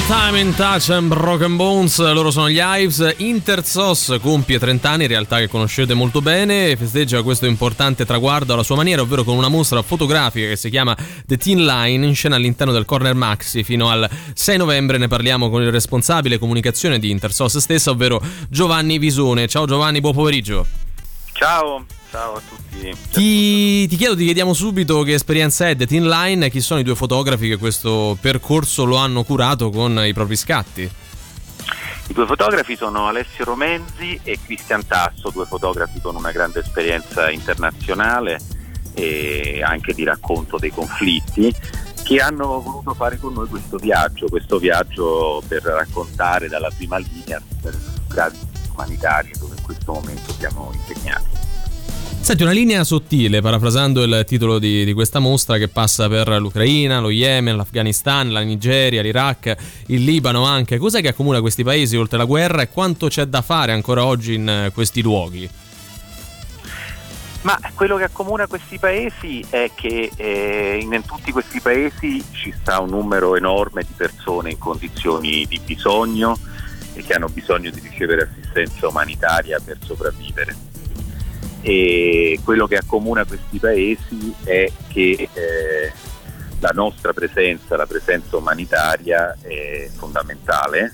Time in Touch and Broken Bones, loro sono gli Hives. Intersos compie trenta anni, in realtà che conoscete molto bene, e festeggia questo importante traguardo alla sua maniera, ovvero con una mostra fotografica che si chiama The Teen Line, in scena all'interno del Corner Maxi fino al sei novembre. Ne parliamo con il responsabile comunicazione di Intersos stessa, ovvero Giovanni Visone. Ciao Giovanni, buon pomeriggio. Ciao, ciao a tutti. Ti, ti chiedo, ti chiediamo subito che esperienza è The Teen Line, chi sono i due fotografi che questo percorso lo hanno curato con i propri scatti? I due fotografi sono Alessio Romenzi e Cristian Tasso, due fotografi con una grande esperienza internazionale e anche di racconto dei conflitti, che hanno voluto fare con noi questo viaggio, questo viaggio per raccontare dalla prima linea le gravi umanitarie dove in questo momento siamo impegnati. Senti, una linea sottile, parafrasando il titolo di, di questa mostra, che passa per l'Ucraina, lo Yemen, l'Afghanistan, la Nigeria, l'Iraq, il Libano anche. Cos'è che accomuna questi paesi oltre la guerra e quanto c'è da fare ancora oggi in questi luoghi? Ma quello che accomuna questi paesi è che eh, in tutti questi paesi ci sta un numero enorme di persone in condizioni di bisogno e che hanno bisogno di ricevere assistenza umanitaria per sopravvivere. E quello che accomuna questi paesi è che eh, la nostra presenza, la presenza umanitaria è fondamentale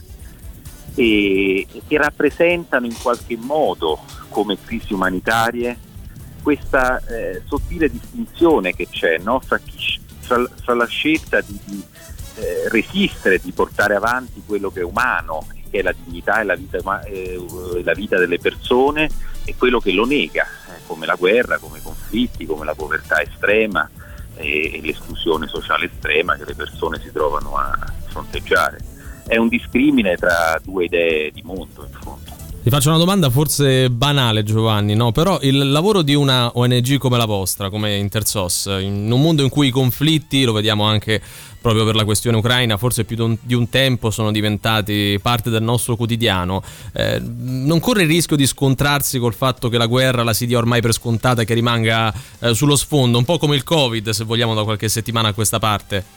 e, e che rappresentano in qualche modo come crisi umanitarie questa eh, sottile distinzione che c'è, no? fra, chi, fra, fra la scelta di, di eh, resistere, di portare avanti quello che è umano, che è la dignità e la vita, eh, la vita delle persone, e quello che lo nega, eh, come la guerra, come i conflitti, come la povertà estrema e, e l'esclusione sociale estrema che le persone si trovano a fronteggiare. È un discrimine tra due idee di mondo, in fondo. Ti faccio una domanda forse banale, Giovanni, no? Però il lavoro di una O N G come la vostra, come Intersos, in un mondo in cui i conflitti, lo vediamo anche proprio per la questione ucraina, forse più di un tempo sono diventati parte del nostro quotidiano, eh, non corre il rischio di scontrarsi col fatto che la guerra la si dia ormai per scontata e che rimanga eh, sullo sfondo, un po' come il Covid, se vogliamo, da qualche settimana a questa parte?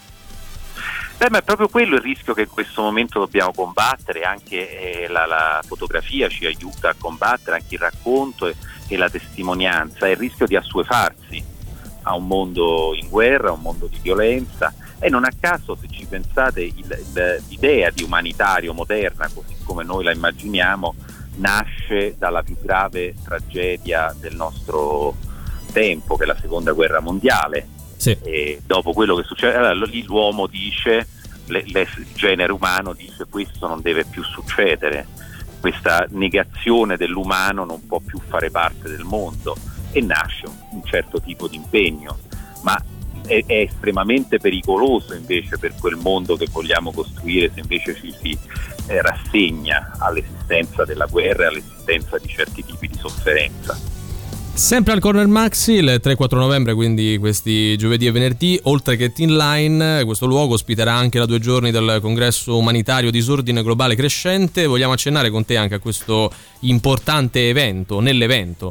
Beh, ma è proprio quello il rischio che in questo momento dobbiamo combattere, anche eh, la, la fotografia ci aiuta a combattere, anche il racconto e, e la testimonianza, è il rischio di assuefarsi a un mondo in guerra, a un mondo di violenza, e non a caso, se ci pensate, il, il, l'idea di umanitario moderna, così come noi la immaginiamo, nasce dalla più grave tragedia del nostro tempo, che è la seconda guerra mondiale. Sì. E dopo quello che succede, allora, lì l'uomo dice, le, le, il genere umano dice: questo non deve più succedere, questa negazione dell'umano non può più fare parte del mondo, e nasce un, un certo tipo di impegno, ma è, è estremamente pericoloso invece per quel mondo che vogliamo costruire se invece ci si eh, rassegna all'esistenza della guerra e all'esistenza di certi tipi di sofferenza. Sempre al Corner Maxi il tre e quattro novembre, quindi questi giovedì e venerdì, oltre che Teen Line, questo luogo ospiterà anche la due giorni del congresso umanitario Disordine Globale Crescente. Vogliamo accennare con te anche a questo importante evento, nell'evento.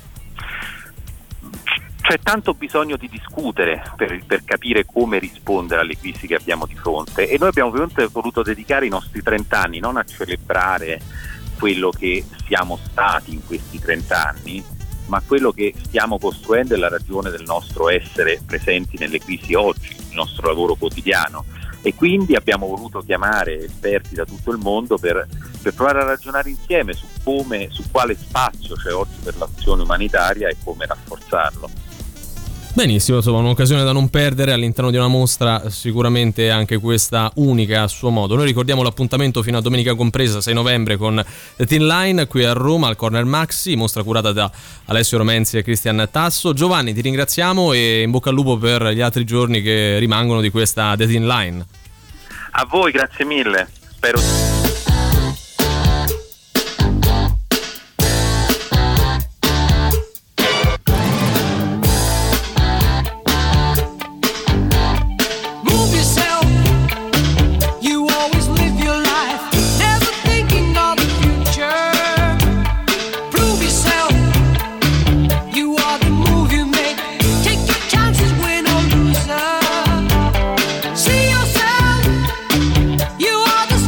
C'è tanto bisogno di discutere per, per capire come rispondere alle crisi che abbiamo di fronte, e noi abbiamo voluto dedicare i nostri trenta anni non a celebrare quello che siamo stati in questi trenta anni, ma quello che stiamo costruendo è la ragione del nostro essere presenti nelle crisi oggi, il nostro lavoro quotidiano, e quindi abbiamo voluto chiamare esperti da tutto il mondo per, per provare a ragionare insieme su come, su quale spazio c'è oggi per l'azione umanitaria e come rafforzarlo. Benissimo, insomma, un'occasione da non perdere all'interno di una mostra sicuramente anche questa unica a suo modo. Noi ricordiamo l'appuntamento fino a domenica compresa, sei novembre, con The Teen Line qui a Roma al Corner Maxi, mostra curata da Alessio Romenzi e Cristian Tasso. Giovanni, ti ringraziamo e in bocca al lupo per gli altri giorni che rimangono di questa The Teen Line. A voi, grazie mille, spero. See yourself, you are the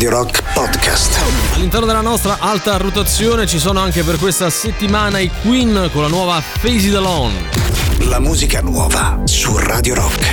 Radio Rock Podcast. All'interno della nostra alta rotazione ci sono anche per questa settimana i Queen con la nuova Face It Alone. La musica nuova su Radio Rock.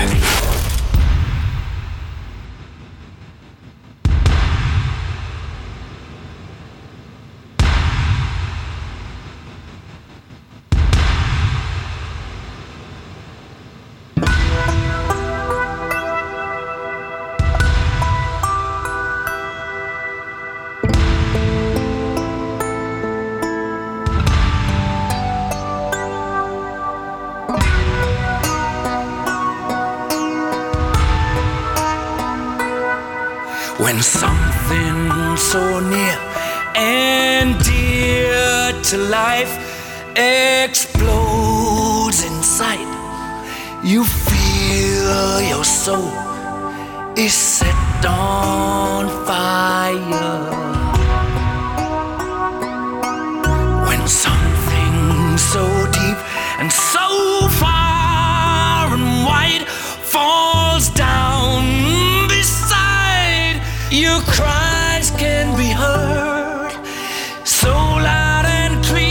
When something so near and dear to life explodes inside, you feel your soul is set on fire. When something so deep and so far and wide falls down beside, your cries can be heard so loud and clear.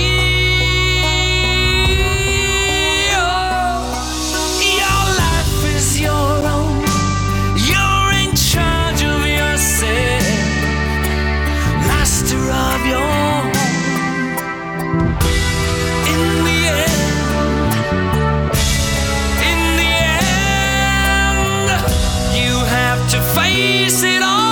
Your life is your own. You're in charge of yourself, master of your own. In the end, in the end, you have to face it all.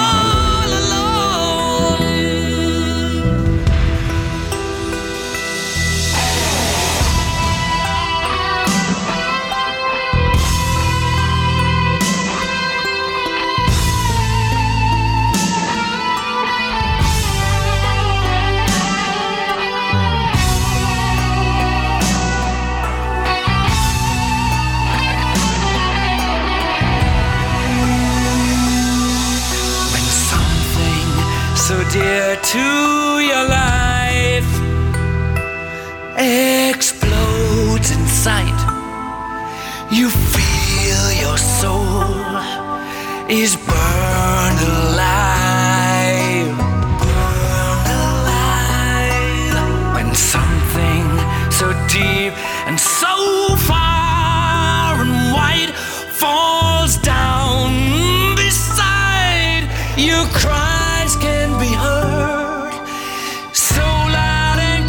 So dear to your life explodes inside, you feel your soul is burned alive, burned alive. When something so deep and so far and wide falls down beside, you cry can be heard so loud and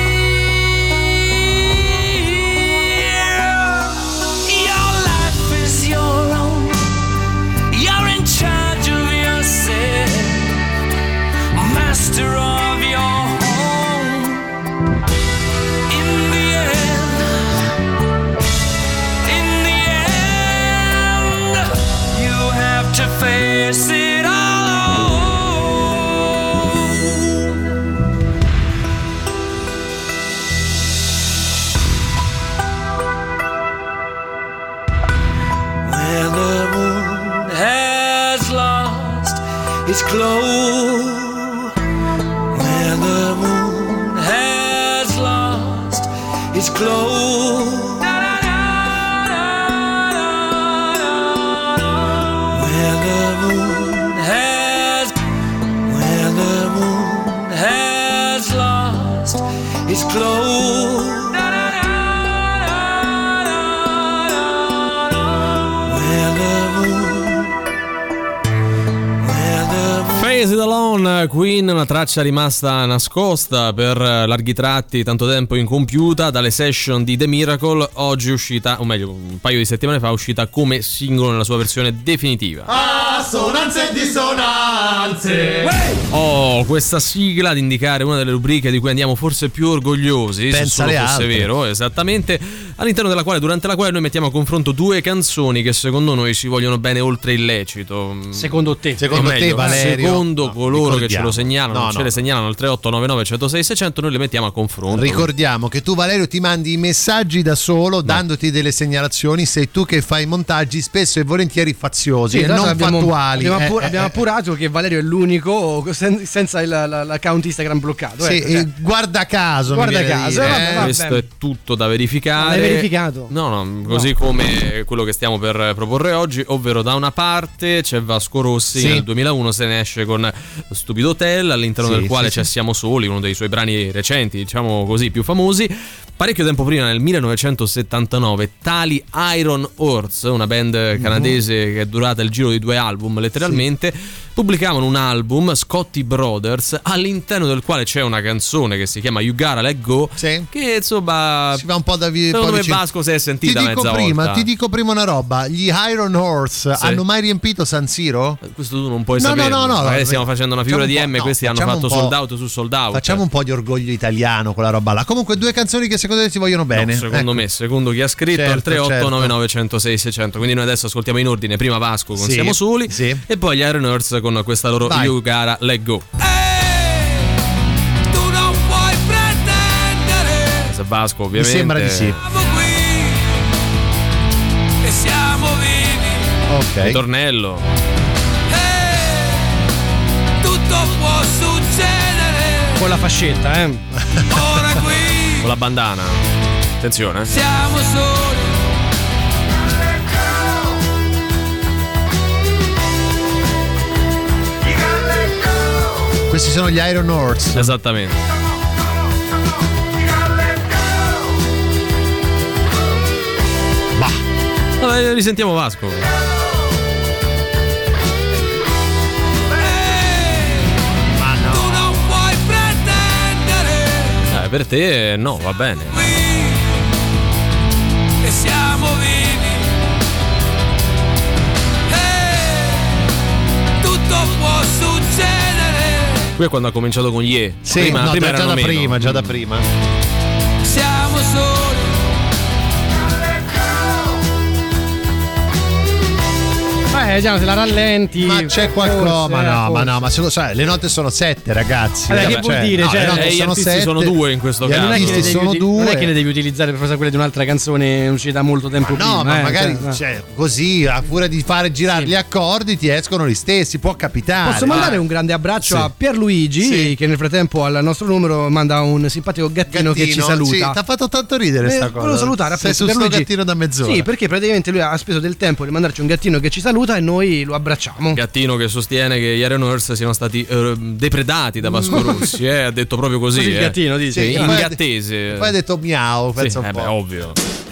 clear. Your life is your own. You're in charge of yourself, master of your home. In the end, in the end, you have to face it all. Its glow, where the moon has lost its glow, where the moon has, where the moon has lost its glow, where the moon. Face It Alone, Queen, una traccia rimasta nascosta per larghi tratti, tanto tempo incompiuta dalle session di The Miracle. Oggi è uscita, o meglio un paio di settimane fa è uscita come singolo nella sua versione definitiva. Assonanze e dissonanze. Oh, questa sigla ad indicare una delle rubriche di cui andiamo forse più orgogliosi, pensa se solo alle fosse altre. vero, esattamente, all'interno della quale, durante la quale noi mettiamo a confronto due canzoni che secondo noi si vogliono bene oltre il lecito. Secondo te? Secondo O meglio, te, Valerio? secondo No, coloro che ce lo ricordiamo. segnalano, No, ce no. le segnalano al tre otto nove nove uno zero sei sei zero zero, noi le mettiamo a confronto. Ricordiamo che tu, Valerio, ti mandi i messaggi da solo, dandoti delle segnalazioni. Sei tu che fai i montaggi spesso e volentieri faziosi Sì, e tra l'altro non abbiamo, fattuali. Abbiamo, Eh, appur- eh, abbiamo eh. appurato che Valerio è l'unico sen- senza il- la- l'account Instagram bloccato. Sì, ecco, cioè. eh, guarda caso. mi Guarda viene da caso, dire, eh, vabbè, eh. va Questo bene. è tutto da verificare. Le verificato. No, no, così No. come quello che stiamo per proporre oggi, ovvero da una parte c'è Vasco Rossi, Sì. nel duemilauno se ne esce con Stupido Hotel, all'interno Sì, del quale sì, c'è sì. Siamo Soli, uno dei suoi brani recenti, diciamo così, più famosi. Parecchio tempo prima, nel millenovecentosettantanove, tali Iron Horse, una band canadese che è durata il giro di due album letteralmente, pubblicavano un album, Scotty Brothers, all'interno del quale c'è una canzone che si chiama You Gotta Let Go, Sì. che insomma Si va un po' da vi- secondo poi me vicino. Vasco si è sentita ti dico mezza prima, volta. Ti dico prima una roba, gli Iron Horse Sì. hanno mai riempito San Siro? Questo tu non puoi No, sapere. no, no, no, Magari no, stiamo facendo una figura facciamo di un po', M, no, questi hanno facciamo fatto un po'- sold out su sold out. Facciamo un po' di orgoglio italiano con la roba là. Comunque due canzoni che secondo te ti vogliono bene. No, secondo Ecco. me, secondo chi ha scritto Certo, al tre otto nove certo. nove zero zero sei sei zero zero. Quindi noi adesso ascoltiamo in ordine prima Vasco con Sì, Siamo Soli sì. e poi gli Iron Earth con questa loro Vai. You Gotta Let Go. Tu non puoi pretendere. Se Vasco Mi ovviamente sembra di sì. Siamo qui e siamo vivi. Ok. Ritornello. Eh, tutto può succedere. Con la fascetta, eh. Ora qui Con la bandana. Attenzione. eh. siamo soli. Questi sono gli Iron Horse. Esattamente. Bah. Vabbè, risentiamo Vasco. Ma Tu no. non puoi pretendere. Eh, per te no, va bene. Qui e siamo vivi. Eh, tutto può succedere. Qui è quando ha cominciato con Ye. Sì, prima, no, prima già, già erano da meno. prima, già da prima. Siamo soli. Eh, già, se la rallenti. Ma c'è qualcosa, forse, ma eh, no, ma forse. no, ma se lo sai, le note sono sette, ragazzi. Vabbè, Eh, che vuol dire? no, Cioè, le note eh, gli sono artisti sette. sono due in questo Gli caso. Non è, che artisti ne devi, sono uti- due. non è che ne devi utilizzare per forza quelle di un'altra canzone uscita molto tempo prima. No, ma eh, magari cioè, cioè, così, a furia di fare girare Sì. gli accordi, ti escono gli stessi, può capitare. Posso mandare un grande abbraccio Sì. a Pierluigi, Sì. che nel frattempo al nostro numero manda un simpatico gattino, che ci saluta. Sì, ti ha fatto tanto ridere Eh, sta cosa. volevo salutare Sei appunto su sto Pierluigi. gattino da mezz'ora. Sì, perché praticamente lui ha speso del tempo di mandarci un gattino che ci saluta e noi lo abbracciamo. Gattino che sostiene che gli Iron Earth siano stati eh, depredati da Vasco Rossi, eh, ha detto proprio così. Così il eh. gattino dice. Sì, Sì, in poi- gattese. Poi hai detto miau, Sì, pensa un eh po'. beh, ovvio.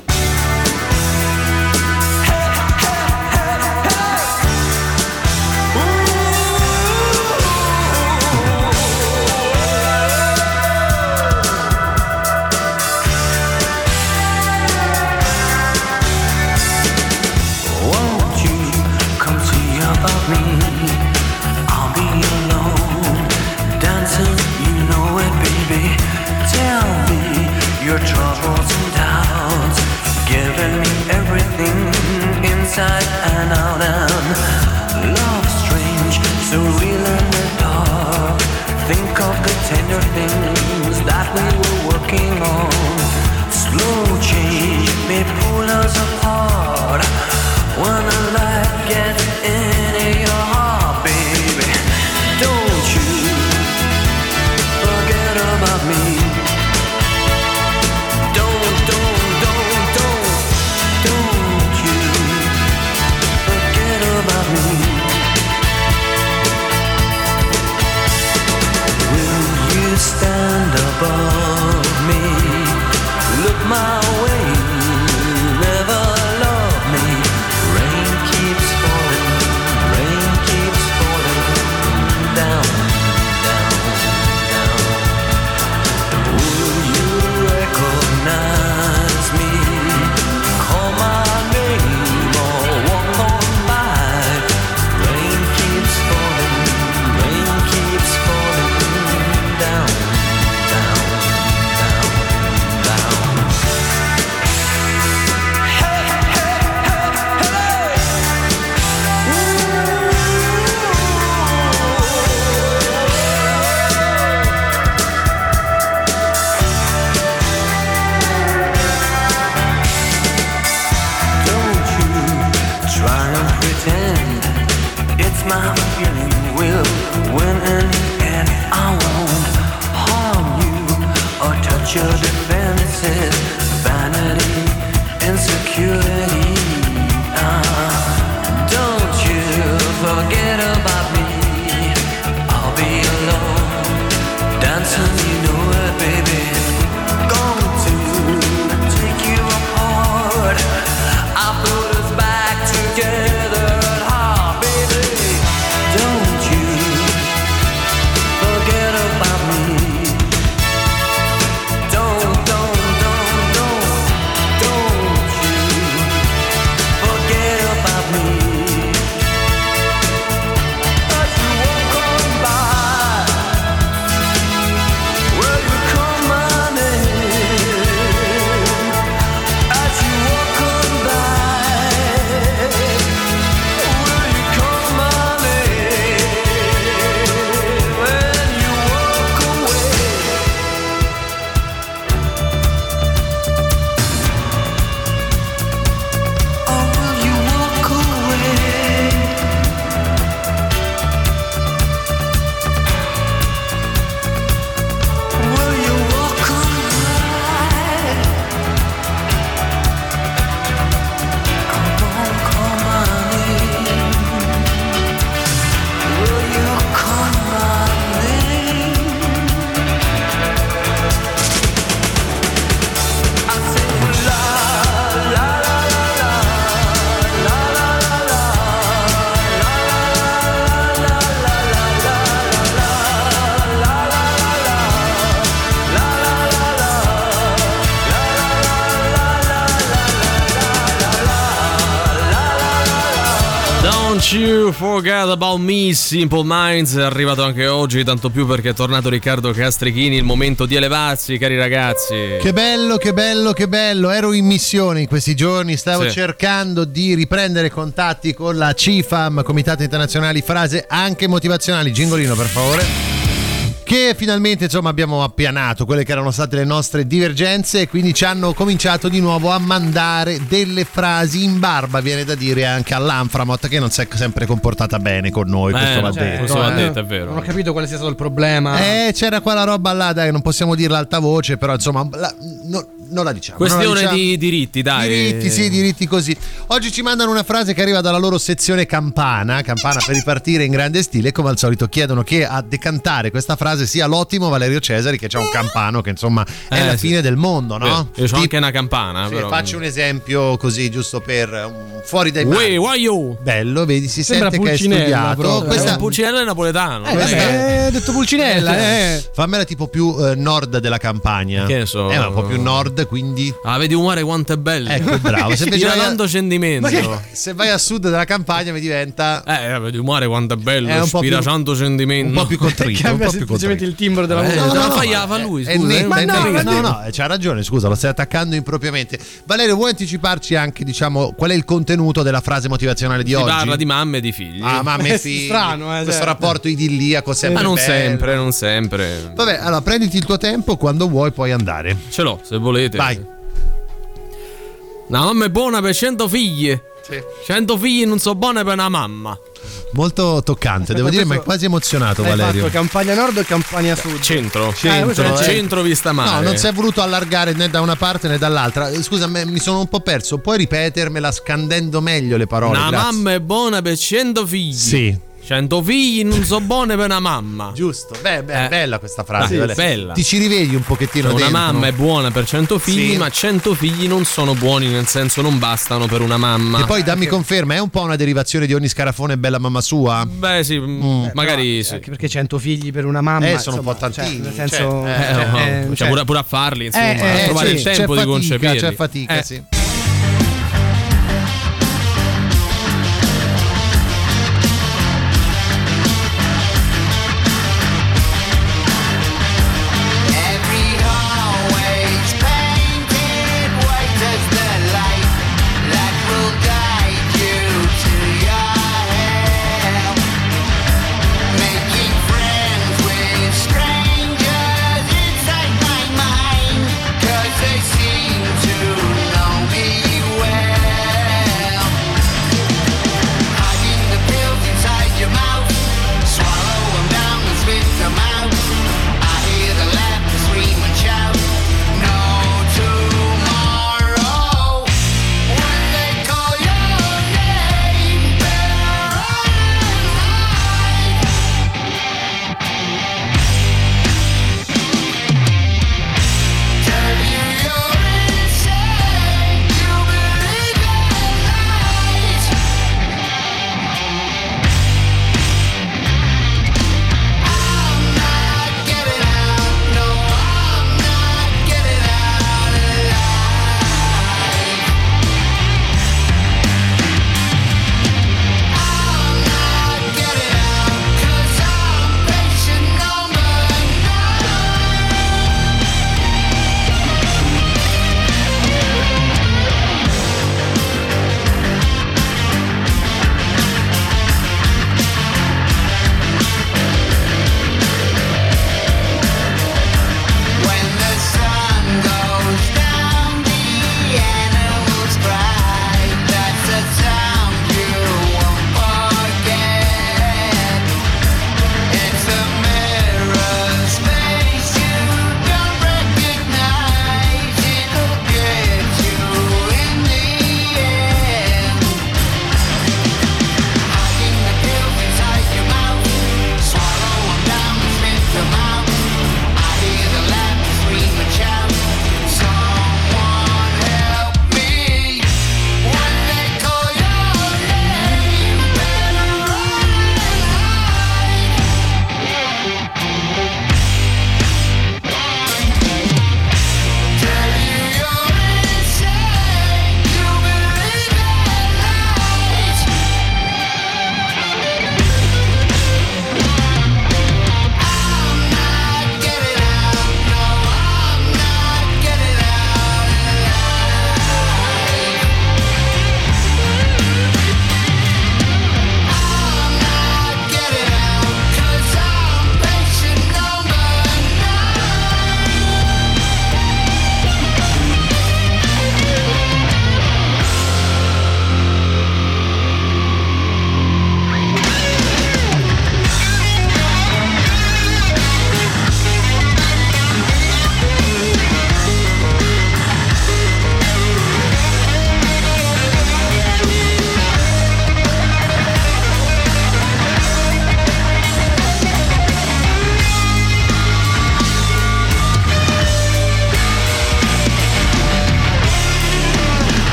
Won't you come see about me? I'll be alone, dancing, you know it, baby. Tell me your troubles and doubts, giving me everything inside and out. And love strange, so real in the dark. Think of the tender things that we were working on. Slow change may pull us apart. When the light gets into your heart, baby, don't you forget about me. Don't, don't, don't, don't, don't you forget about me. Will you stand above me? Look my way, never love me. Rain keeps falling, rain keeps falling down, down, down. Will you recognize me? Call my name or walk on by. Rain keeps falling, rain keeps falling down, down, down, down. Hey, hey, hey, hey. Don't you try and pretend it's my feeling will win in the end. I won't harm you or touch your defenses. Vanity Don't you forget about me, Simple Minds. È arrivato anche oggi, tanto più perché è tornato Riccardo Castrichini. Il momento di elevarsi, cari ragazzi. Che bello, che bello, che bello. Ero in missione in questi giorni, stavo Sì. cercando di riprendere contatti con la C I F A M, Comitato Internazionali Frase Anche Motivazionali. Gingolino, per favore. Che finalmente insomma abbiamo appianato quelle che erano state le nostre divergenze e quindi ci hanno cominciato di nuovo a mandare delle frasi in barba, viene da dire, anche all'Anframot, che non si è sempre comportata bene con noi. Eh, questo va no, detto. questo va eh. detto, è vero. Non ho capito quale sia stato il problema. Eh, c'era quella roba là, dai, non possiamo dirla alta voce, però insomma, la- no- non la diciamo. non la Questione diciamo. di diritti, dai. Diritti, sì, diritti così. Oggi ci mandano una frase che arriva dalla loro sezione Campana, Campana per ripartire in grande stile. Come al solito chiedono che a decantare questa frase sia l'ottimo Valerio Cesari, che c'ha un campano che insomma è Eh, la sì. fine del mondo, no? Io ho Tipo- anche una campana, sì, però. faccio un esempio così, giusto per um, fuori dai Uè, mari. guaio. Bello, vedi, si Sembra sente che hai Pulcinella, studiato. proprio. Questa Eh, Pulcinella è napoletano. Eh, non è vabbè, che- hai detto Pulcinella, eh. fammela tipo più eh, nord della Campania. Che ne so. Eh, ma un po' più nord, quindi Ah, vedi un mare quanto è bello. ecco, bravo. Se invece Tira vai a- tanto sentimento. se vai a sud della Campania mi diventa Eh, vedi un mare quanto è bello. È un po' Ispira più- tanto sentimento. un po' più contrito, un Cambia po' più semplicemente contrito. il timbro della Eh, voce. no, no, fa, fa lui, È scusa. netta, eh. è no, netta. ma- no, no, eh, c'ha ragione, scusa, lo stai attaccando impropriamente. Valerio, vuoi anticiparci anche, diciamo, qual è il contenuto della frase motivazionale di Si oggi? parla di mamme e di figli. Ah, mamma e È figli. strano, eh, questo cioè. rapporto idilliaco sempre Ma non bello. sempre, non sempre. Vabbè, allora prenditi il tuo tempo, quando vuoi puoi andare. Ce l'ho, se volete. Vai. Una mamma è buona per cento figli. cento figli non sono buone per una mamma. Molto toccante, devo dire, ma è quasi emozionato Hai Valerio. fatto Campania Nord o Campania Sud? Centro. Eh, questo è il centro, centro vista male. No, non si è voluto allargare né da una parte né dall'altra. Eh, Scusa, me- mi sono un po' perso. Puoi ripetermela scandendo meglio le parole? Una Grazie. mamma è buona per cento figli. Sì. cento figli non sono buone per una mamma. Giusto. Beh, beh, Eh. bella questa frase. Sì, Valerio. bella. Ti ci rivedi un pochettino Una dentro? mamma è buona per cento figli, Sì. ma cento figli non sono buoni, nel senso non bastano per una mamma. E poi dammi conferma, è un po' una derivazione di ogni scarafone e bella mamma sua? Beh, sì, Mm. magari sì. Anche perché cento figli per una mamma. Eh, sono un insomma, po' tantini, cioè, nel senso, cioè, Eh, no, eh, cioè, cioè, pure, pure a farli, insomma, Eh, a eh, trovare sì, il tempo c'è di fatica, concepirli. c'è fatica, Eh. sì. Every hallway's painted white as the light that will guide you to your hell. Making friends with strangers inside my mind, 'cause they seem to know me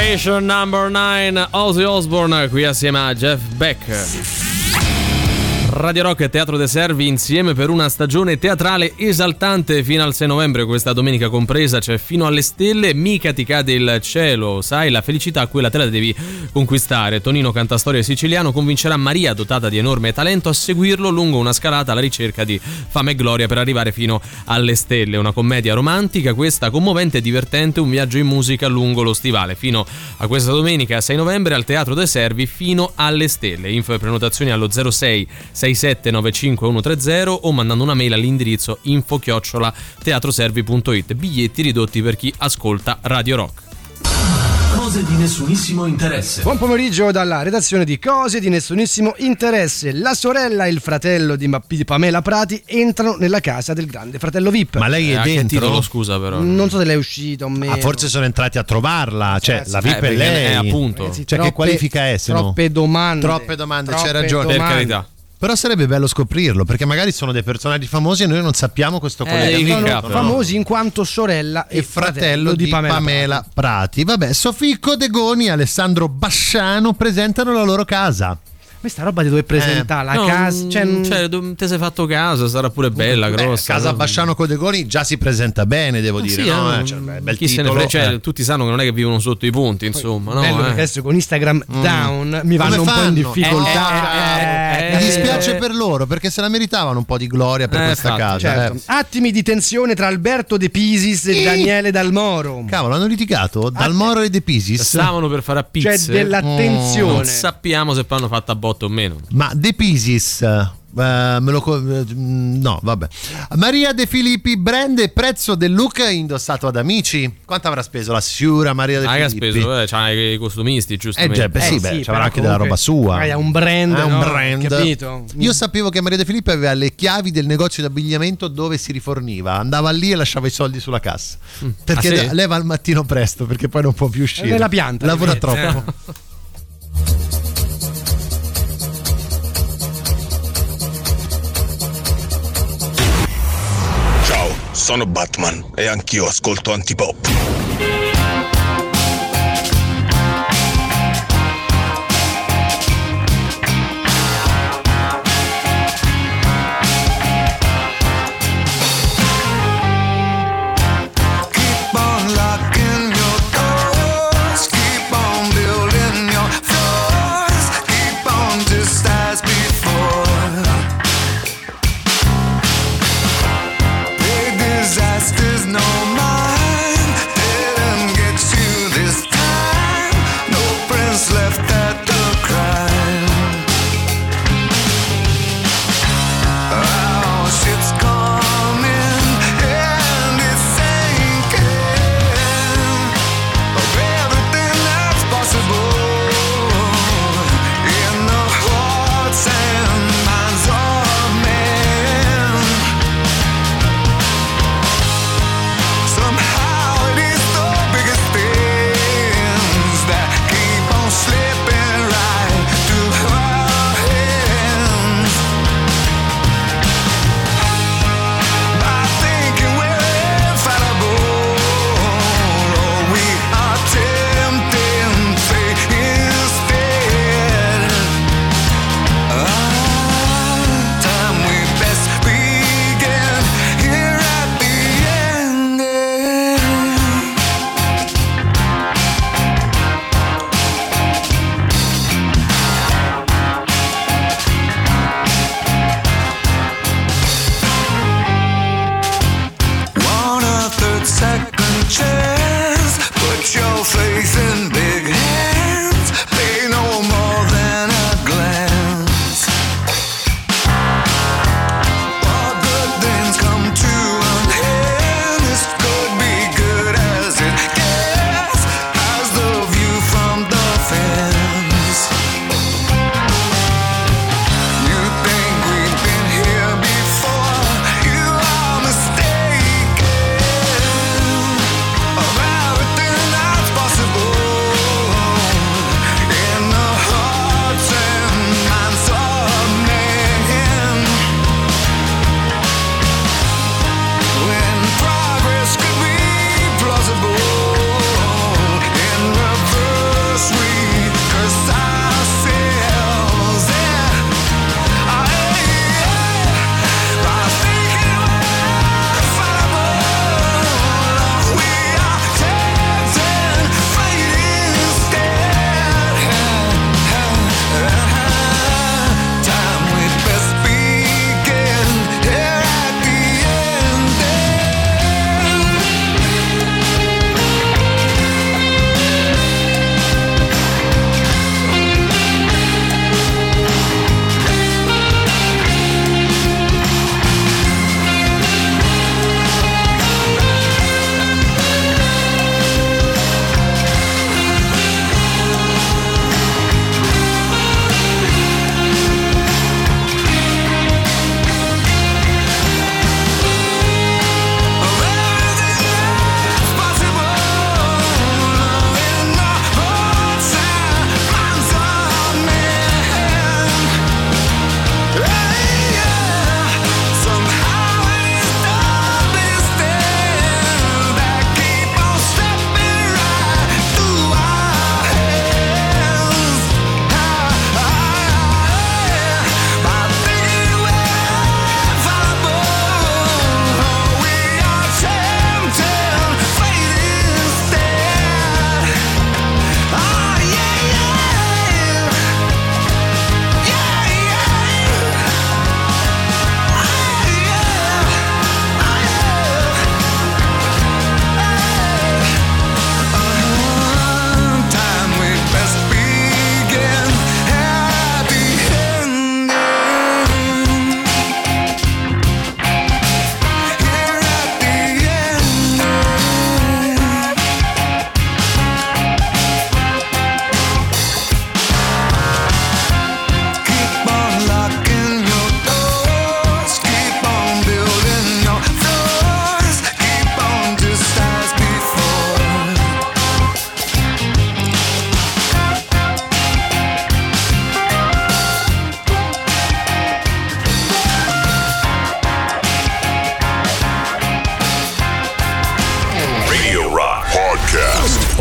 Station number nine, Ozzy Osbourne qui assieme a Jeff Beck. Radio Rock e Teatro dei Servi insieme per una stagione teatrale esaltante fino al sei novembre, questa domenica compresa. C'è Fino alle stelle, Mica ti cade il cielo, sai, la felicità quella te la devi conquistare. Tonino, cantastorie siciliano, convincerà Maria, dotata di enorme talento, a seguirlo lungo una scalata alla ricerca di fame e gloria per arrivare fino alle stelle. Una commedia romantica, questa commovente e divertente, un viaggio in musica lungo lo stivale. Fino a questa domenica sei novembre al Teatro dei Servi, Fino alle stelle. Info e prenotazioni allo zero sei sei sette nove cinque uno tre zero o mandando una mail all'indirizzo info chiocciola teatroservi punto it. Biglietti ridotti per chi ascolta Radio Rock. Cose di nessunissimo interesse. Buon pomeriggio dalla redazione di Cose di nessunissimo interesse. La sorella e il fratello di, Ma- di Pamela Prati entrano nella casa del grande fratello V I P. Ma lei è Eh, a che dentro? titolo, scusa, però? Non so se lei è uscita o meno. Ah, forse sono entrati a trovarla, cioè Sì, la sì. V I P Eh, è perché lei. è appunto. Ragazzi, Cioè, che qualifica è, se no? Troppe domande. Troppe domande, c'hai Troppe ragione. Per domande. carità. Però sarebbe bello scoprirlo, perché magari sono dei personaggi famosi e noi non sappiamo questo Eh, collegamento. devi Sono Però. famosi in quanto sorella e, E fratello di Pamela, Pamela Prati. Prati. Vabbè, Sofico Degoni e Alessandro Basciano presentano la loro casa. Questa roba di dove presentare la No, casa. Cioè, mm, cioè, tu- te sei fatto casa, sarà pure bella, Beh, grossa. casa no? Basciano Codegoni già si presenta bene, devo Ah, dire. sì, no? eh, Eh, cioè, beh, bel chi se ne titolo, frega, cioè, eh. tutti sanno che non è che vivono sotto i ponti, insomma, no? bello eh. perché adesso con Instagram down mi vanno Come un po' in fanno? difficoltà. Eh, eh, Mi eh, dispiace eh. per loro, perché se la meritavano un po' di gloria per Eh, questa infatti, casa. Certo. eh. Attimi di tensione tra Alberto De Pisis e Sì. Daniele Dalmoro. Cavolo, hanno litigato Dalmoro e De Pisis. Stavano per fare a C'è pizze. della Mm. tensione. Non sappiamo se poi hanno fatto a botto o meno. Ma De Pisis, eh, me lo co- eh, no, vabbè. Maria De Filippi, brand e prezzo del look indossato ad amici. Quanto avrà speso la signora Maria De Ah, che ha Filippi? speso, eh, c'ha i costumisti, Eh, giustamente. già, beh, sì, Eh, beh, sì, c'avrà però anche della roba comunque sua. magari ha un brand, È un no? brand. Capito? Io sapevo che Maria De Filippi aveva le chiavi del negozio di abbigliamento dove si riforniva. Andava lì e lasciava i soldi sulla cassa. Perché Ah, sì? lei va al mattino presto, perché poi non può più uscire. Nella pianta, Lavora vedi? troppo. Ciao, sono Batman e anch'io ascolto Antipop. Keep on locking your doors, keep on building your floors, keep on just as before. Big disasters, no mind,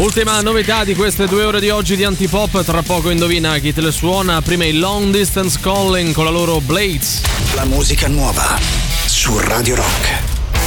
Ultima novità di queste due ore di oggi di Antipop, tra poco indovina chi te le suona. Prima i Long Distance Calling con la loro Blades. La musica nuova su Radio Rock.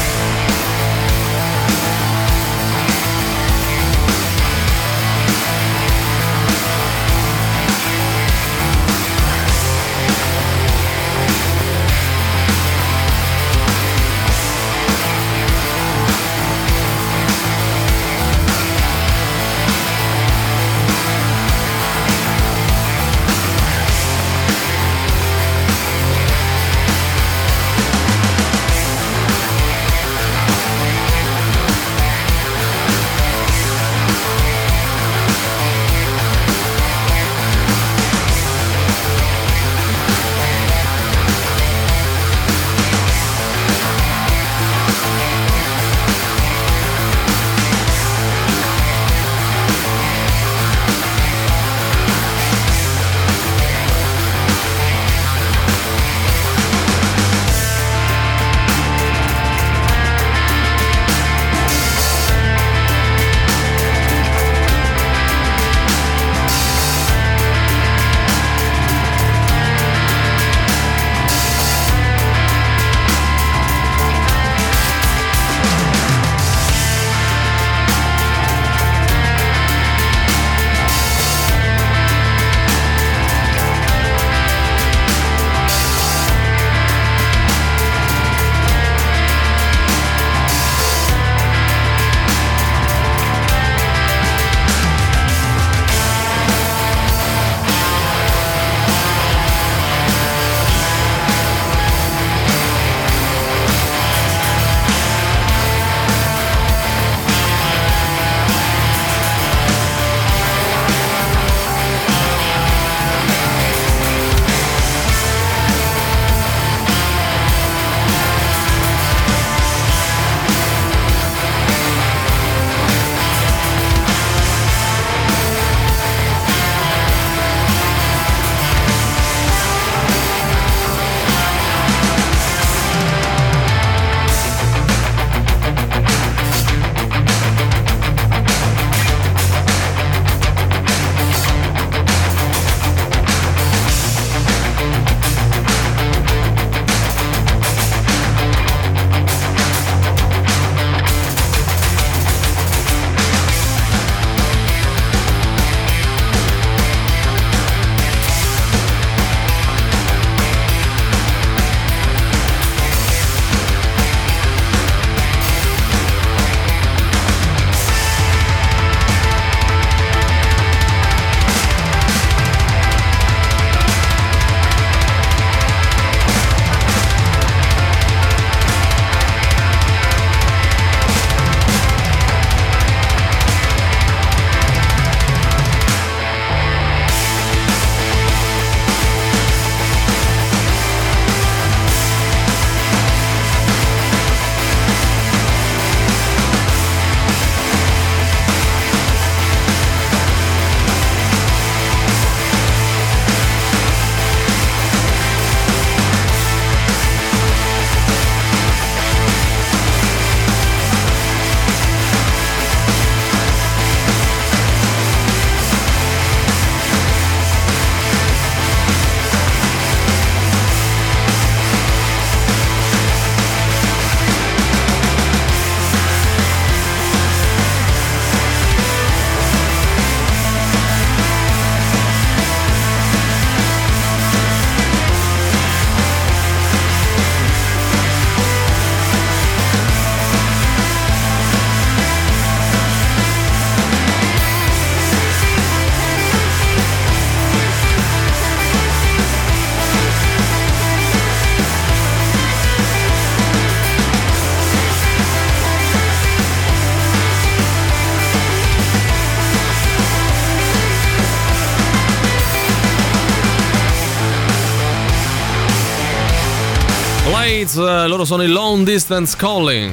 Blades, loro sono i Long Distance Calling.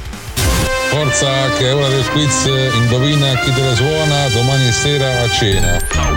Forza che è ora del quiz, indovina chi te la suona domani sera a cena.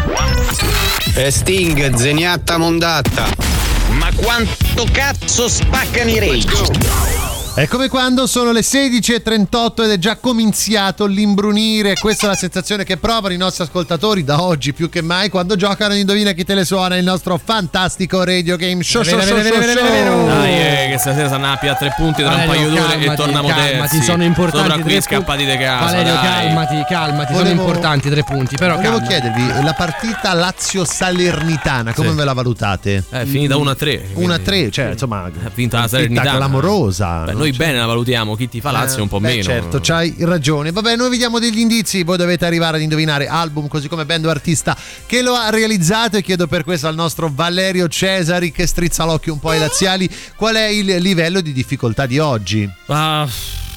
E Sting, zeniatta mondatta. Ma quanto cazzo spaccano i rage? È come quando sono le sedici e trentotto ed è già cominciato l'imbrunire. Questa è la sensazione che provano i nostri ascoltatori da oggi più che mai quando giocano ad Indovina chi te le suona, il nostro fantastico radio game show. show, show, show, show. Dai, eh, che stasera Sanappi a tre punti tra un paio d'ore e torniamo calmati, terzi. sono importanti. Sopra qui scappati di casa. Valerio, dai. calmati, calmati, Volevo- sono importanti tre punti. Però Volevo calma. chiedervi, la partita Lazio-Salernitana, come Sì. ve la valutate? È finita uno a tre. uno a tre, cioè insomma, Ha vinto la partita Salernitana. clamorosa. Beh, non noi c'è- bene la valutiamo, chi ti fa Lazio un po' Beh, meno. certo, c'hai ragione. Vabbè, noi vi diamo degli indizi, voi dovete arrivare ad indovinare album così come band o artista che lo ha realizzato, e chiedo per questo al nostro Valerio Cesari, che strizza l'occhio un po' ai laziali, qual è il livello di difficoltà di oggi? Ah,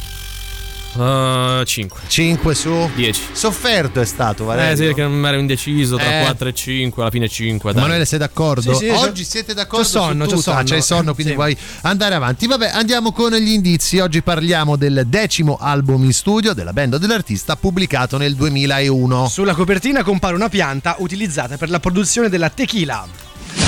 cinque. cinque su dieci. Sofferto è stato, Valerio. Eh sì, perché non ero indeciso tra Eh. quattro e cinque, alla fine cinque. Dai. Emanuele, sei d'accordo? Sì, sì, Oggi c'ho- siete d'accordo c'ho sonno, su c'ho tutto? Ah, sonno. c'hai sonno, quindi Sì. vuoi andare avanti. Vabbè, andiamo con gli indizi. Oggi parliamo del decimo album in studio della band o dell'artista, pubblicato nel duemilauno. Sulla copertina compare una pianta utilizzata per la produzione della tequila.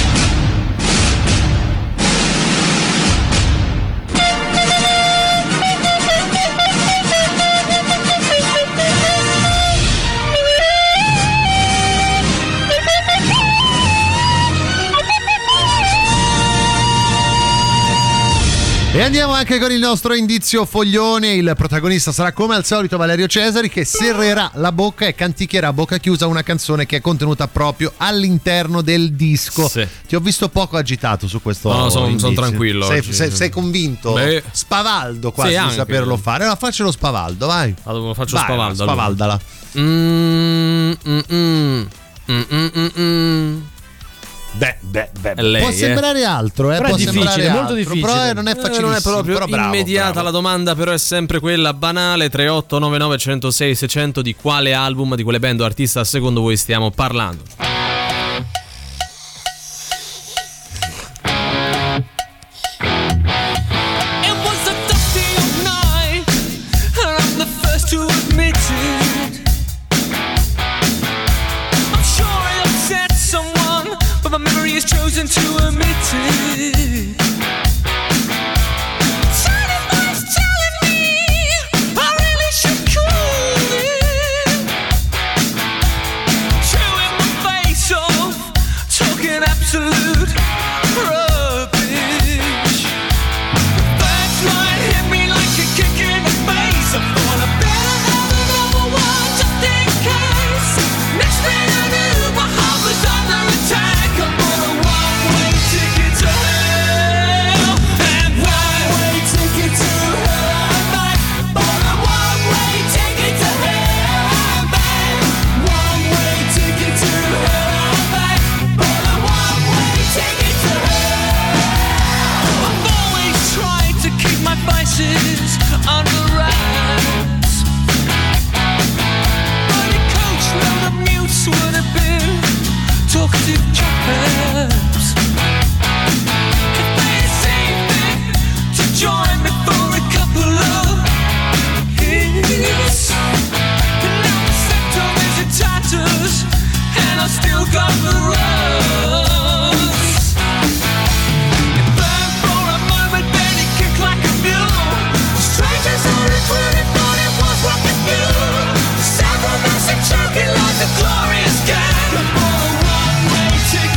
E andiamo anche con il nostro indizio foglione. Il protagonista sarà come al solito Valerio Cesari, che serrerà la bocca e canticchierà a bocca chiusa una canzone che è contenuta proprio all'interno del disco. Sì. Ti ho visto poco agitato su questo. No, son- indizio. son tranquillo Sei, oggi. sei- sei convinto? Beh. Spavaldo quasi Sì, di anche. saperlo fare. Allora faccio lo spavaldo, vai. Allora, faccio Vai, spavaldo. allora. Spavaldala. Mm, mm, mm. Mm, mm, mm, mm. Beh, beh, beh. È lei, può eh. sembrare altro, eh? Però è può difficile, sembrare molto altro, difficile. Però eh, non è Eh, facilissimo. non è proprio però bravo, immediata bravo. la domanda, però è sempre quella banale. Tre otto nove nove uno zero sei sei zero zero. Di quale album, di quale band o artista secondo voi stiamo parlando? It was a dusty old night, and I'm the first to admit it. I'm sure I upset someone, but my memory has chosen to omit it. Tiny voice telling me I really should cool it. Chewing my face off, talking absolute rubbish. That might hit me like a kick in the face. I thought I better have another one just in case. Next thing I knew, my heart was under attack. I bought a one-way ticket to hell, and one-way ticket to hell and back. Bought a one-way ticket to hell and back. One-way ticket to hell and back. Bought a one-way ticket to hell. I've always tried to keep my vices under wraps, but a coach load of mutes would have been talkative chaps. If they saved me to join me for a couple of hits, but now the septum is in tatters, and I've still got the rust. It burned for a moment, then it kicked like a mule. Strangers all included thought it was rock and roll. Several massive choking like a glorious gang. I bought a one-way ticket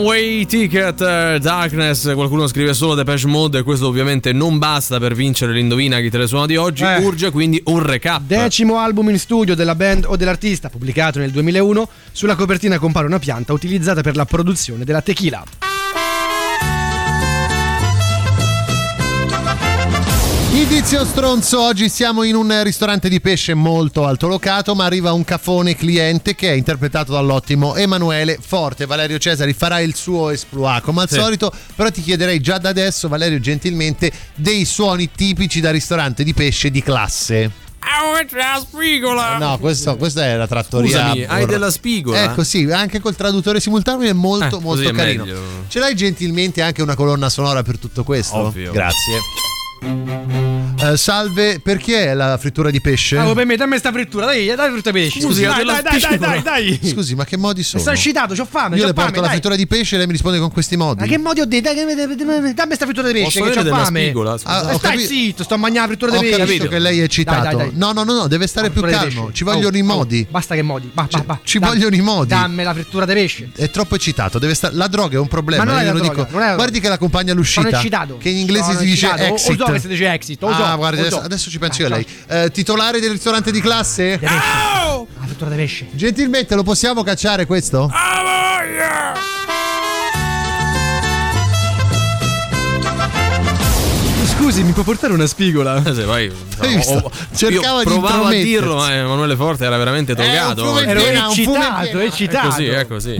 Way Ticket, uh, Darkness. Qualcuno scrive solo Depeche Mode e questo ovviamente non basta per vincere l'Indovina chi te le suona di oggi. Eh. Urge quindi un recap. Decimo album in studio della band o dell'artista, pubblicato nel duemilauno. Sulla copertina compare una pianta utilizzata per la produzione della tequila. Indizio stronzo, oggi siamo in un ristorante di pesce molto altolocato, ma arriva un cafone cliente che è interpretato dall'ottimo Emanuele Forte. Valerio Cesari farà il suo esploit come al Sì. solito, però ti chiederei già da adesso, Valerio, gentilmente, dei suoni tipici da ristorante di pesce di classe. La spigola. No, questo, questa è la trattoria. Scusami, hai della spigola? Ecco, sì, anche col traduttore simultaneo è molto Eh, molto così è carino. meglio. Ce l'hai gentilmente anche una colonna sonora per tutto questo? Ovvio. Grazie. Eh, salve, perché è la frittura di pesce? Ah, per me, dammi sta frittura, dai, dai frittura di pesce. Scusi, dai, della dai, dai, dai, spigola. dai, dai. Scusi, ma che modi Mi sono? sono excitato, c'ho fame, Io c'ho le porto fame, la dai. frittura di pesce e lei mi risponde con questi modi. Ma che modi ho detto? Dai, dammi- dammi sta frittura di pesce, Posso che avere c'ho della fame. spigola? Scusa. Ah, Eh, ho stai capi- zitto, sto a mangiare la frittura Ho di pesce. capito che lei è eccitato. Dai, dai, dai. No, no, no, no, deve stare più Frittura di calmo. pesce. Ci vogliono Oh, i oh, modi. Basta che modi. Va, va, va. Ci Dammi- vogliono i modi. Dammi la frittura di pesce. È troppo eccitato, deve stare. La droga è un problema. Ma non io è la glielo droga, dico. non è la Guardi droga. che l'accompagna all'uscita. Sono eccitato. Che in inglese Sono si dice eccitato. O- exit. O so che si dice exit. O so, ah, guardi, o adesso, so. adesso ci penso Ah, io a lei. Eh, titolare del ristorante di classe? La frittura di pesce. Gentilmente lo possiamo cacciare questo? Scusi, mi può portare una spigola? Eh, sì, poi, Hai no, visto? ho- Cercava io di provavo a intromettersi. dirlo, ma Emanuele Forte era veramente drogato. un fumo in Ero piena, un fumo in eccitato, piena. eccitato. È così, è così.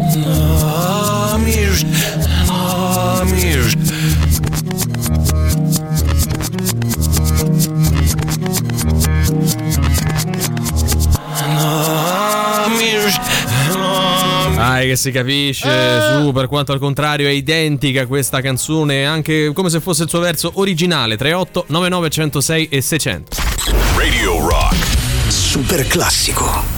Dai, che si capisce. Su, per quanto al contrario è identica questa canzone, anche come se fosse il suo verso originale. Tre otto nove nove uno zero sei e seicento. Radio Rock. Super classico.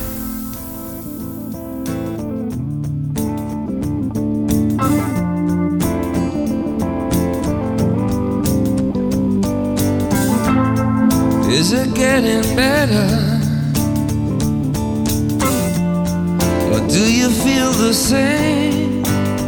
Is it getting better? Or do you feel the same?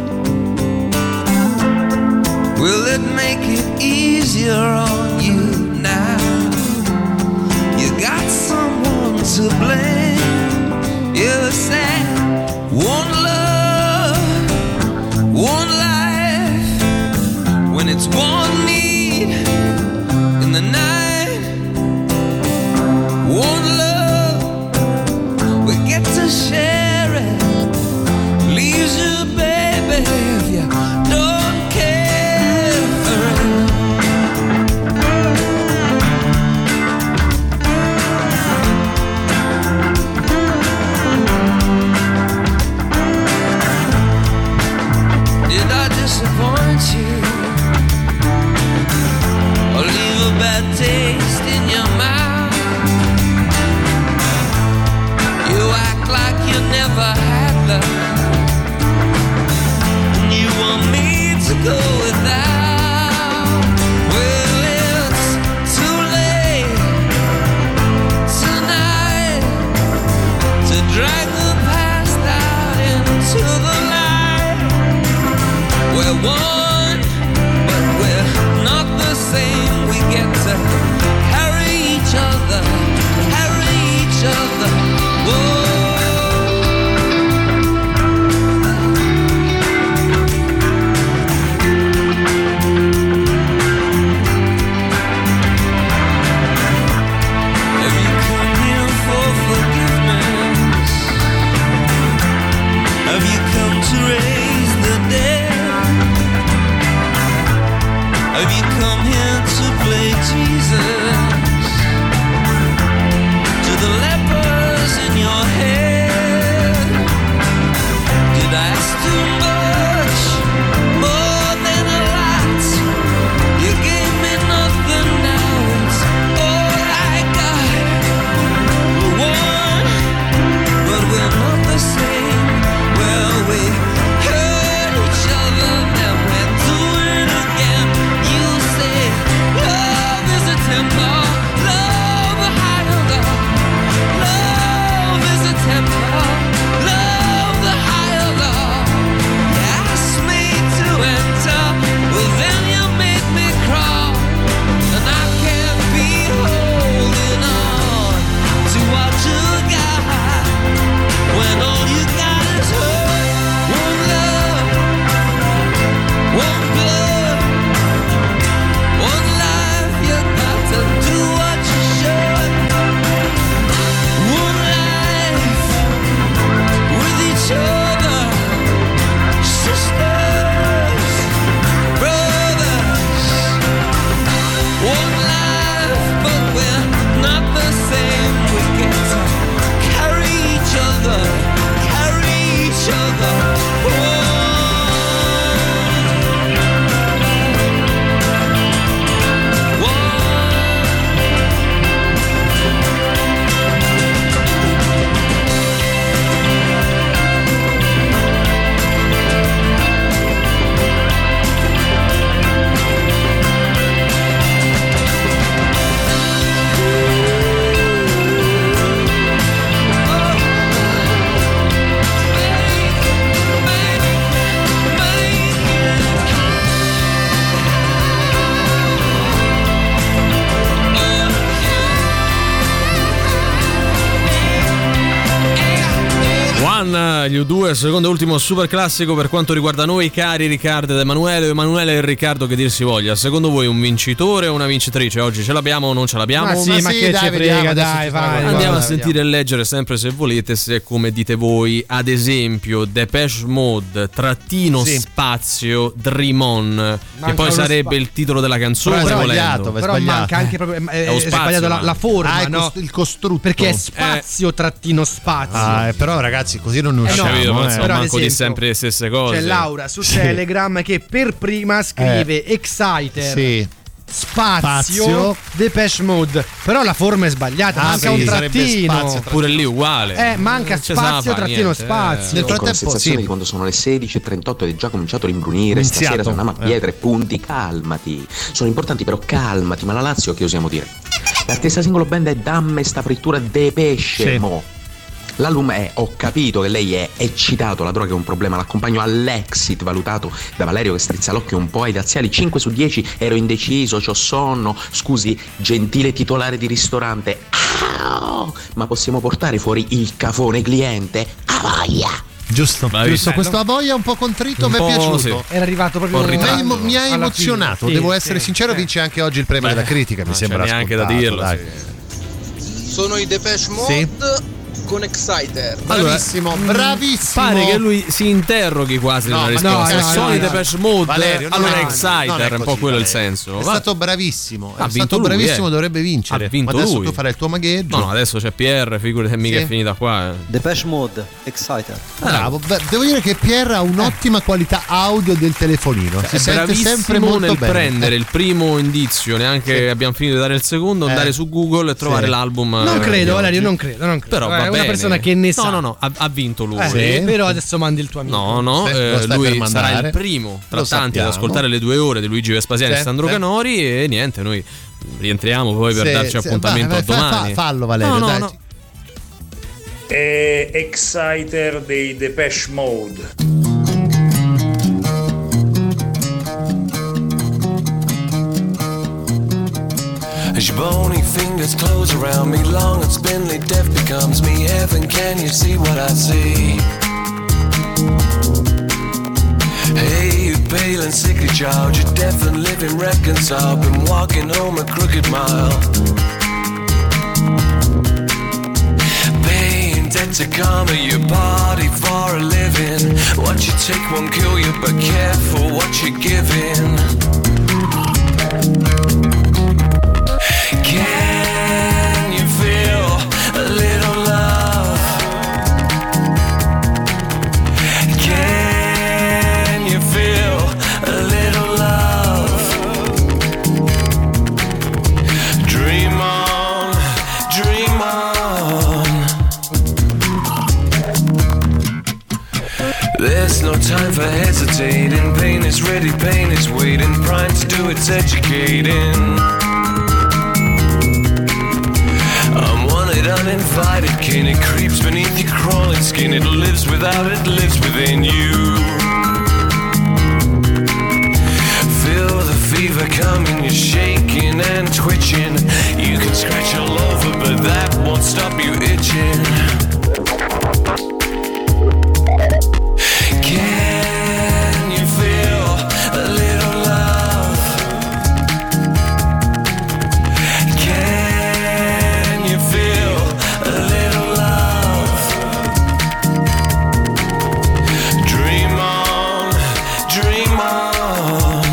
Will it make it easier on you now? You got someone to blame. You said one love, one life. When it's one need in the night. One love, we get to share it. Leaves you, baby, if you don't care for it. Did I disappoint you? Or leave a bad taste in your mouth? You act like you never had love, and you want me to go without. Well, it's too late tonight to drag the past out into the light. We're one, but we're not the same. We get to carry each other, carry each other. Whoa. Have you come here for forgiveness? Have you come to raise the dead? Have you come here to play Jesus? To the lepers in your head? Did I ask too much? More than a lot. You gave me nothing, now it's all I got. We're one, but we're not the same. Well, we hurt each other, then we do it again. You say love is a temper. gli U due, secondo e ultimo super classico per quanto riguarda noi, cari Riccardo ed Emanuele. Emanuele e Riccardo, che dir si voglia, secondo voi un vincitore o una vincitrice? Oggi ce l'abbiamo o non ce l'abbiamo? Ma sì, ma, ma sì, che dai, ci frega, dai, vai. Andiamo guarda, a sentire vediamo. e leggere sempre, se volete, se come dite voi. Ad esempio Depeche Mode trattino Sì. spazio Dream On, che Manca poi uno sarebbe spa- il titolo della canzone, Però è volendo. sbagliato, Però sbagliato. manca anche proprio è, È lo è spazio, sbagliato la, ma- la forma, Ah, il no? cos- il costrutto. Perché è spazio trattino spazio. Ah, eh, però ragazzi, così non ne Eh no, usciamo. Capito, ma eh. insomma, Però, ad manco di esempio, sempre le stesse cose. C'è Laura su Sì. Telegram che per prima scrive Exciter Sì. spazio, Spazio. Depeche Mode, però la forma è sbagliata, Ah, manca sì, un sarebbe trattino. spazio, Pure lì uguale. Eh, manca Non ci sa spazio, fa trattino niente, spazio. Nel Con la frattempo, sensazione sì. di quando sono le sedici e trentotto ed è già cominciato a rimbrunire. Iniziato. Stasera se andiamo a Eh. pietre e punti, calmati. Sono importanti, però calmati. Ma la Lazio che osiamo dire? L'artista singolo band è Damme sta frittura de pesce, Sì. mo. L'album è Ho capito che lei è eccitato, la droga è un problema, l'accompagno all'exit valutato da Valerio che strizza l'occhio un po' ai daziali, cinque su dieci, ero indeciso, c'ho sonno, scusi, gentile titolare di ristorante, Au! Ma possiamo portare fuori il cafone cliente? A voglia! Giusto, Bravissimo. giusto. Questo Avoia un po' contrito Un po', piaciuto. sì. Era arrivato proprio Un po' in Mi ha, ritratto. emo- mi ha alla emozionato, fine. Sì, devo sì, essere sincero, sì. vince anche oggi il premio Beh, della critica, mi non c'è sembra neanche da scontato, dirlo, dai. Sono i Depeche Mode con Exciter. Allora, Bravissimo, bravissimo. Pare che lui si interroghi quasi No, nella ma risposta. no, Se no, sono no, i no. Depeche Mode, Valerio, no, allora no, è no, Exciter, non è un po' così, quello il Valerio. senso. È Va- stato bravissimo, Ha è vinto stato lui, bravissimo, eh. dovrebbe vincere. Ha vinto Ma adesso lui. tu farai il tuo magheggio. No, no, adesso c'è P R, figurati mica Sì. è finita qua. eh. Depeche Mode, Exciter. Bravo, beh, devo dire che Pierre ha un'ottima qualità audio del telefonino. Si È sente bravissimo sempre molto nel bene. prendere Eh. il primo indizio, neanche Sì. abbiamo finito di dare il secondo, andare Eh. su Google e trovare Sì. l'album. Non eh, credo, di Valerio, oggi. non credo, non credo. Però è va una bene. persona che ne sa. No, no, no, ha, ha vinto lui. Eh, Sì. Però adesso mandi il tuo amico. No, no, Sì, eh, lo stai per lui sarà mandare. il primo tra Lo tanti ad sappiamo. ascoltare le due ore di Luigi Vespasiani Sì, e Sandro sì. Canori e niente, noi rientriamo poi per Sì, darci sì, appuntamento vai, a vai, fa- domani. fa- fallo, Valerio, No, no, dai. no. È Exciter dei Depeche Mode. As your bony fingers close around me, long and spindly, death becomes me. Heaven, can you see what I see? Hey, you pale and sickly child, you're deaf and living reconciled. Been walking home a crooked mile. Paying debt to karma, your body for a living. What you take won't kill you, but careful what you're giving. Can you feel a little love? Can you feel a little love? Dream on, dream on. There's no time for hesitating. Pain is ready, pain is waiting. Prime to do its educating. I'm wanted, uninvited kin. It creeps beneath your crawling skin. It lives without, it lives within you. Feel the fever coming, you're shaking and twitching. You can scratch all over, but that won't stop you itching. Can you feel a little love? Can you feel a little love? Dream on, dream on.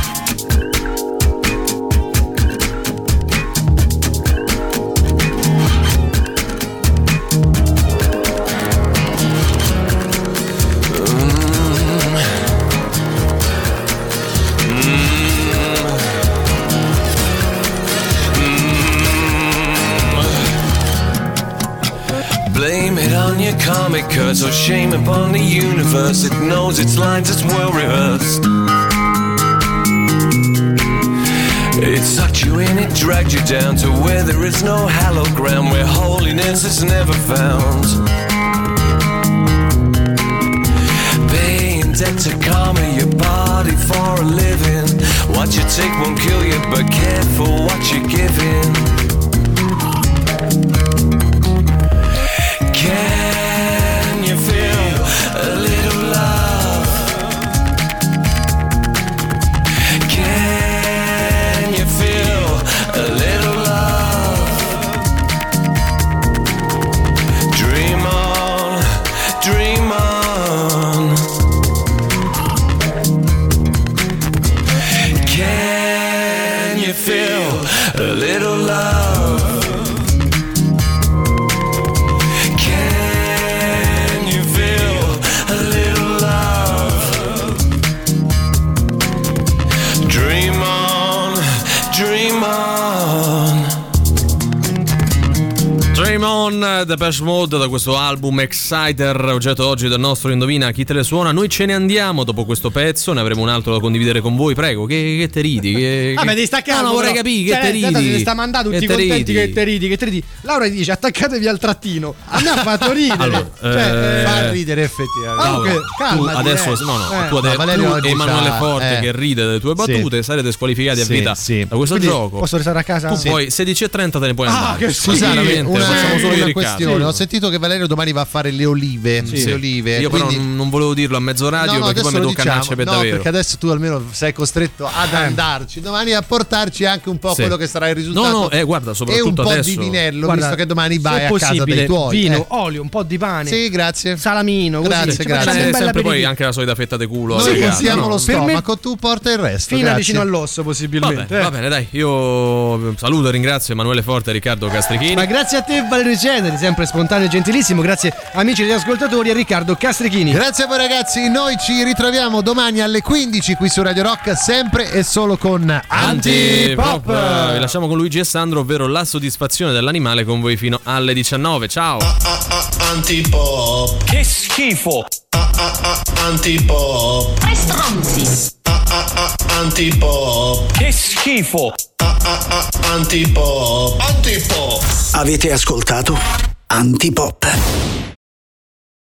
Blame it on your comic curse or shame upon the universe. It knows its lines, it's well rehearsed. It sucked you in, it dragged you down to where there is no hallowed ground, where holiness is never found. Paying debt to karma, your body for a living. What you take won't kill you, but careful what you're giving. Can you feel Depeche Mode da questo album Exciter, oggetto oggi del nostro Indovina chi te le suona. Noi ce ne andiamo dopo questo pezzo, ne avremo un altro da condividere con voi. Prego, che, che te ridi? Che, Ah, che... ma devi staccare. No, no, vorrei capire, che te ridi? Te ne sta mandando tutti Che te contenti ridi? che te ridi, che te ridi. Laura dice attaccatevi al trattino. A me ha fatto ridere. Allora, cioè, eh, Fa ridere effettivamente. Comunque, Laura, calmati, tu adesso, eh. no, no, Eh. tu, ade- Ma Valerio tu oggi Emanuele c'ha- Forte eh. che ride delle tue battute, sarete squalificati a Sì, vita sì. da questo Quindi gioco. posso restare a casa? Tu Sì. poi sedici e trenta te ne puoi Ah, andare. che schifo. Scusate, una, facciamo solo una i questione. ricavi. Ho sentito che Valerio domani va a fare le olive. Sì. Le olive. Io quindi... però non non volevo dirlo a mezzo radio No, no, perché poi mi adesso lo tocca diciamo. nasce per No, davvero. perché adesso tu almeno sei costretto ad andarci domani a portarci anche un po' Sì. quello che sarà il risultato. No, no, eh, guarda, e un soprattutto po' adesso. di vinello, Guarda, visto che domani se vai è a casa possibile, dei tuoi. vino, eh. olio, un po' di pane. Sì, grazie. Salamino, così. Grazie, Ci grazie. facciamo un C'è bel sempre poi aperitivo. anche la solita fetta di culo. Noi regalo, pensiamo no? lo Per me- stomaco, tu porta il resto. Fino grazie. vicino all'osso, possibilmente. Vabbè, va bene, dai. Io saluto e ringrazio Emanuele Forte e Riccardo Castrichini. Ma grazie a te Valerio Ceneri, sempre spontaneo e gentilissimo. Grazie amici degli ascoltatori e Riccardo Castrichini. Grazie a voi ragazzi, noi ci ritroviamo domani alle quindici qui su Radio Rock, sempre e solo con Antipop. Antipop. Vi lasciamo con Luigi e Sandro, ovvero la soddisfazione dell'animale, con voi fino alle diciannove. Ciao. Antipop. Che schifo! Antipop. Tre stronzi. Antipop. Che schifo! Antipop. Antipop. Avete ascoltato Antipop.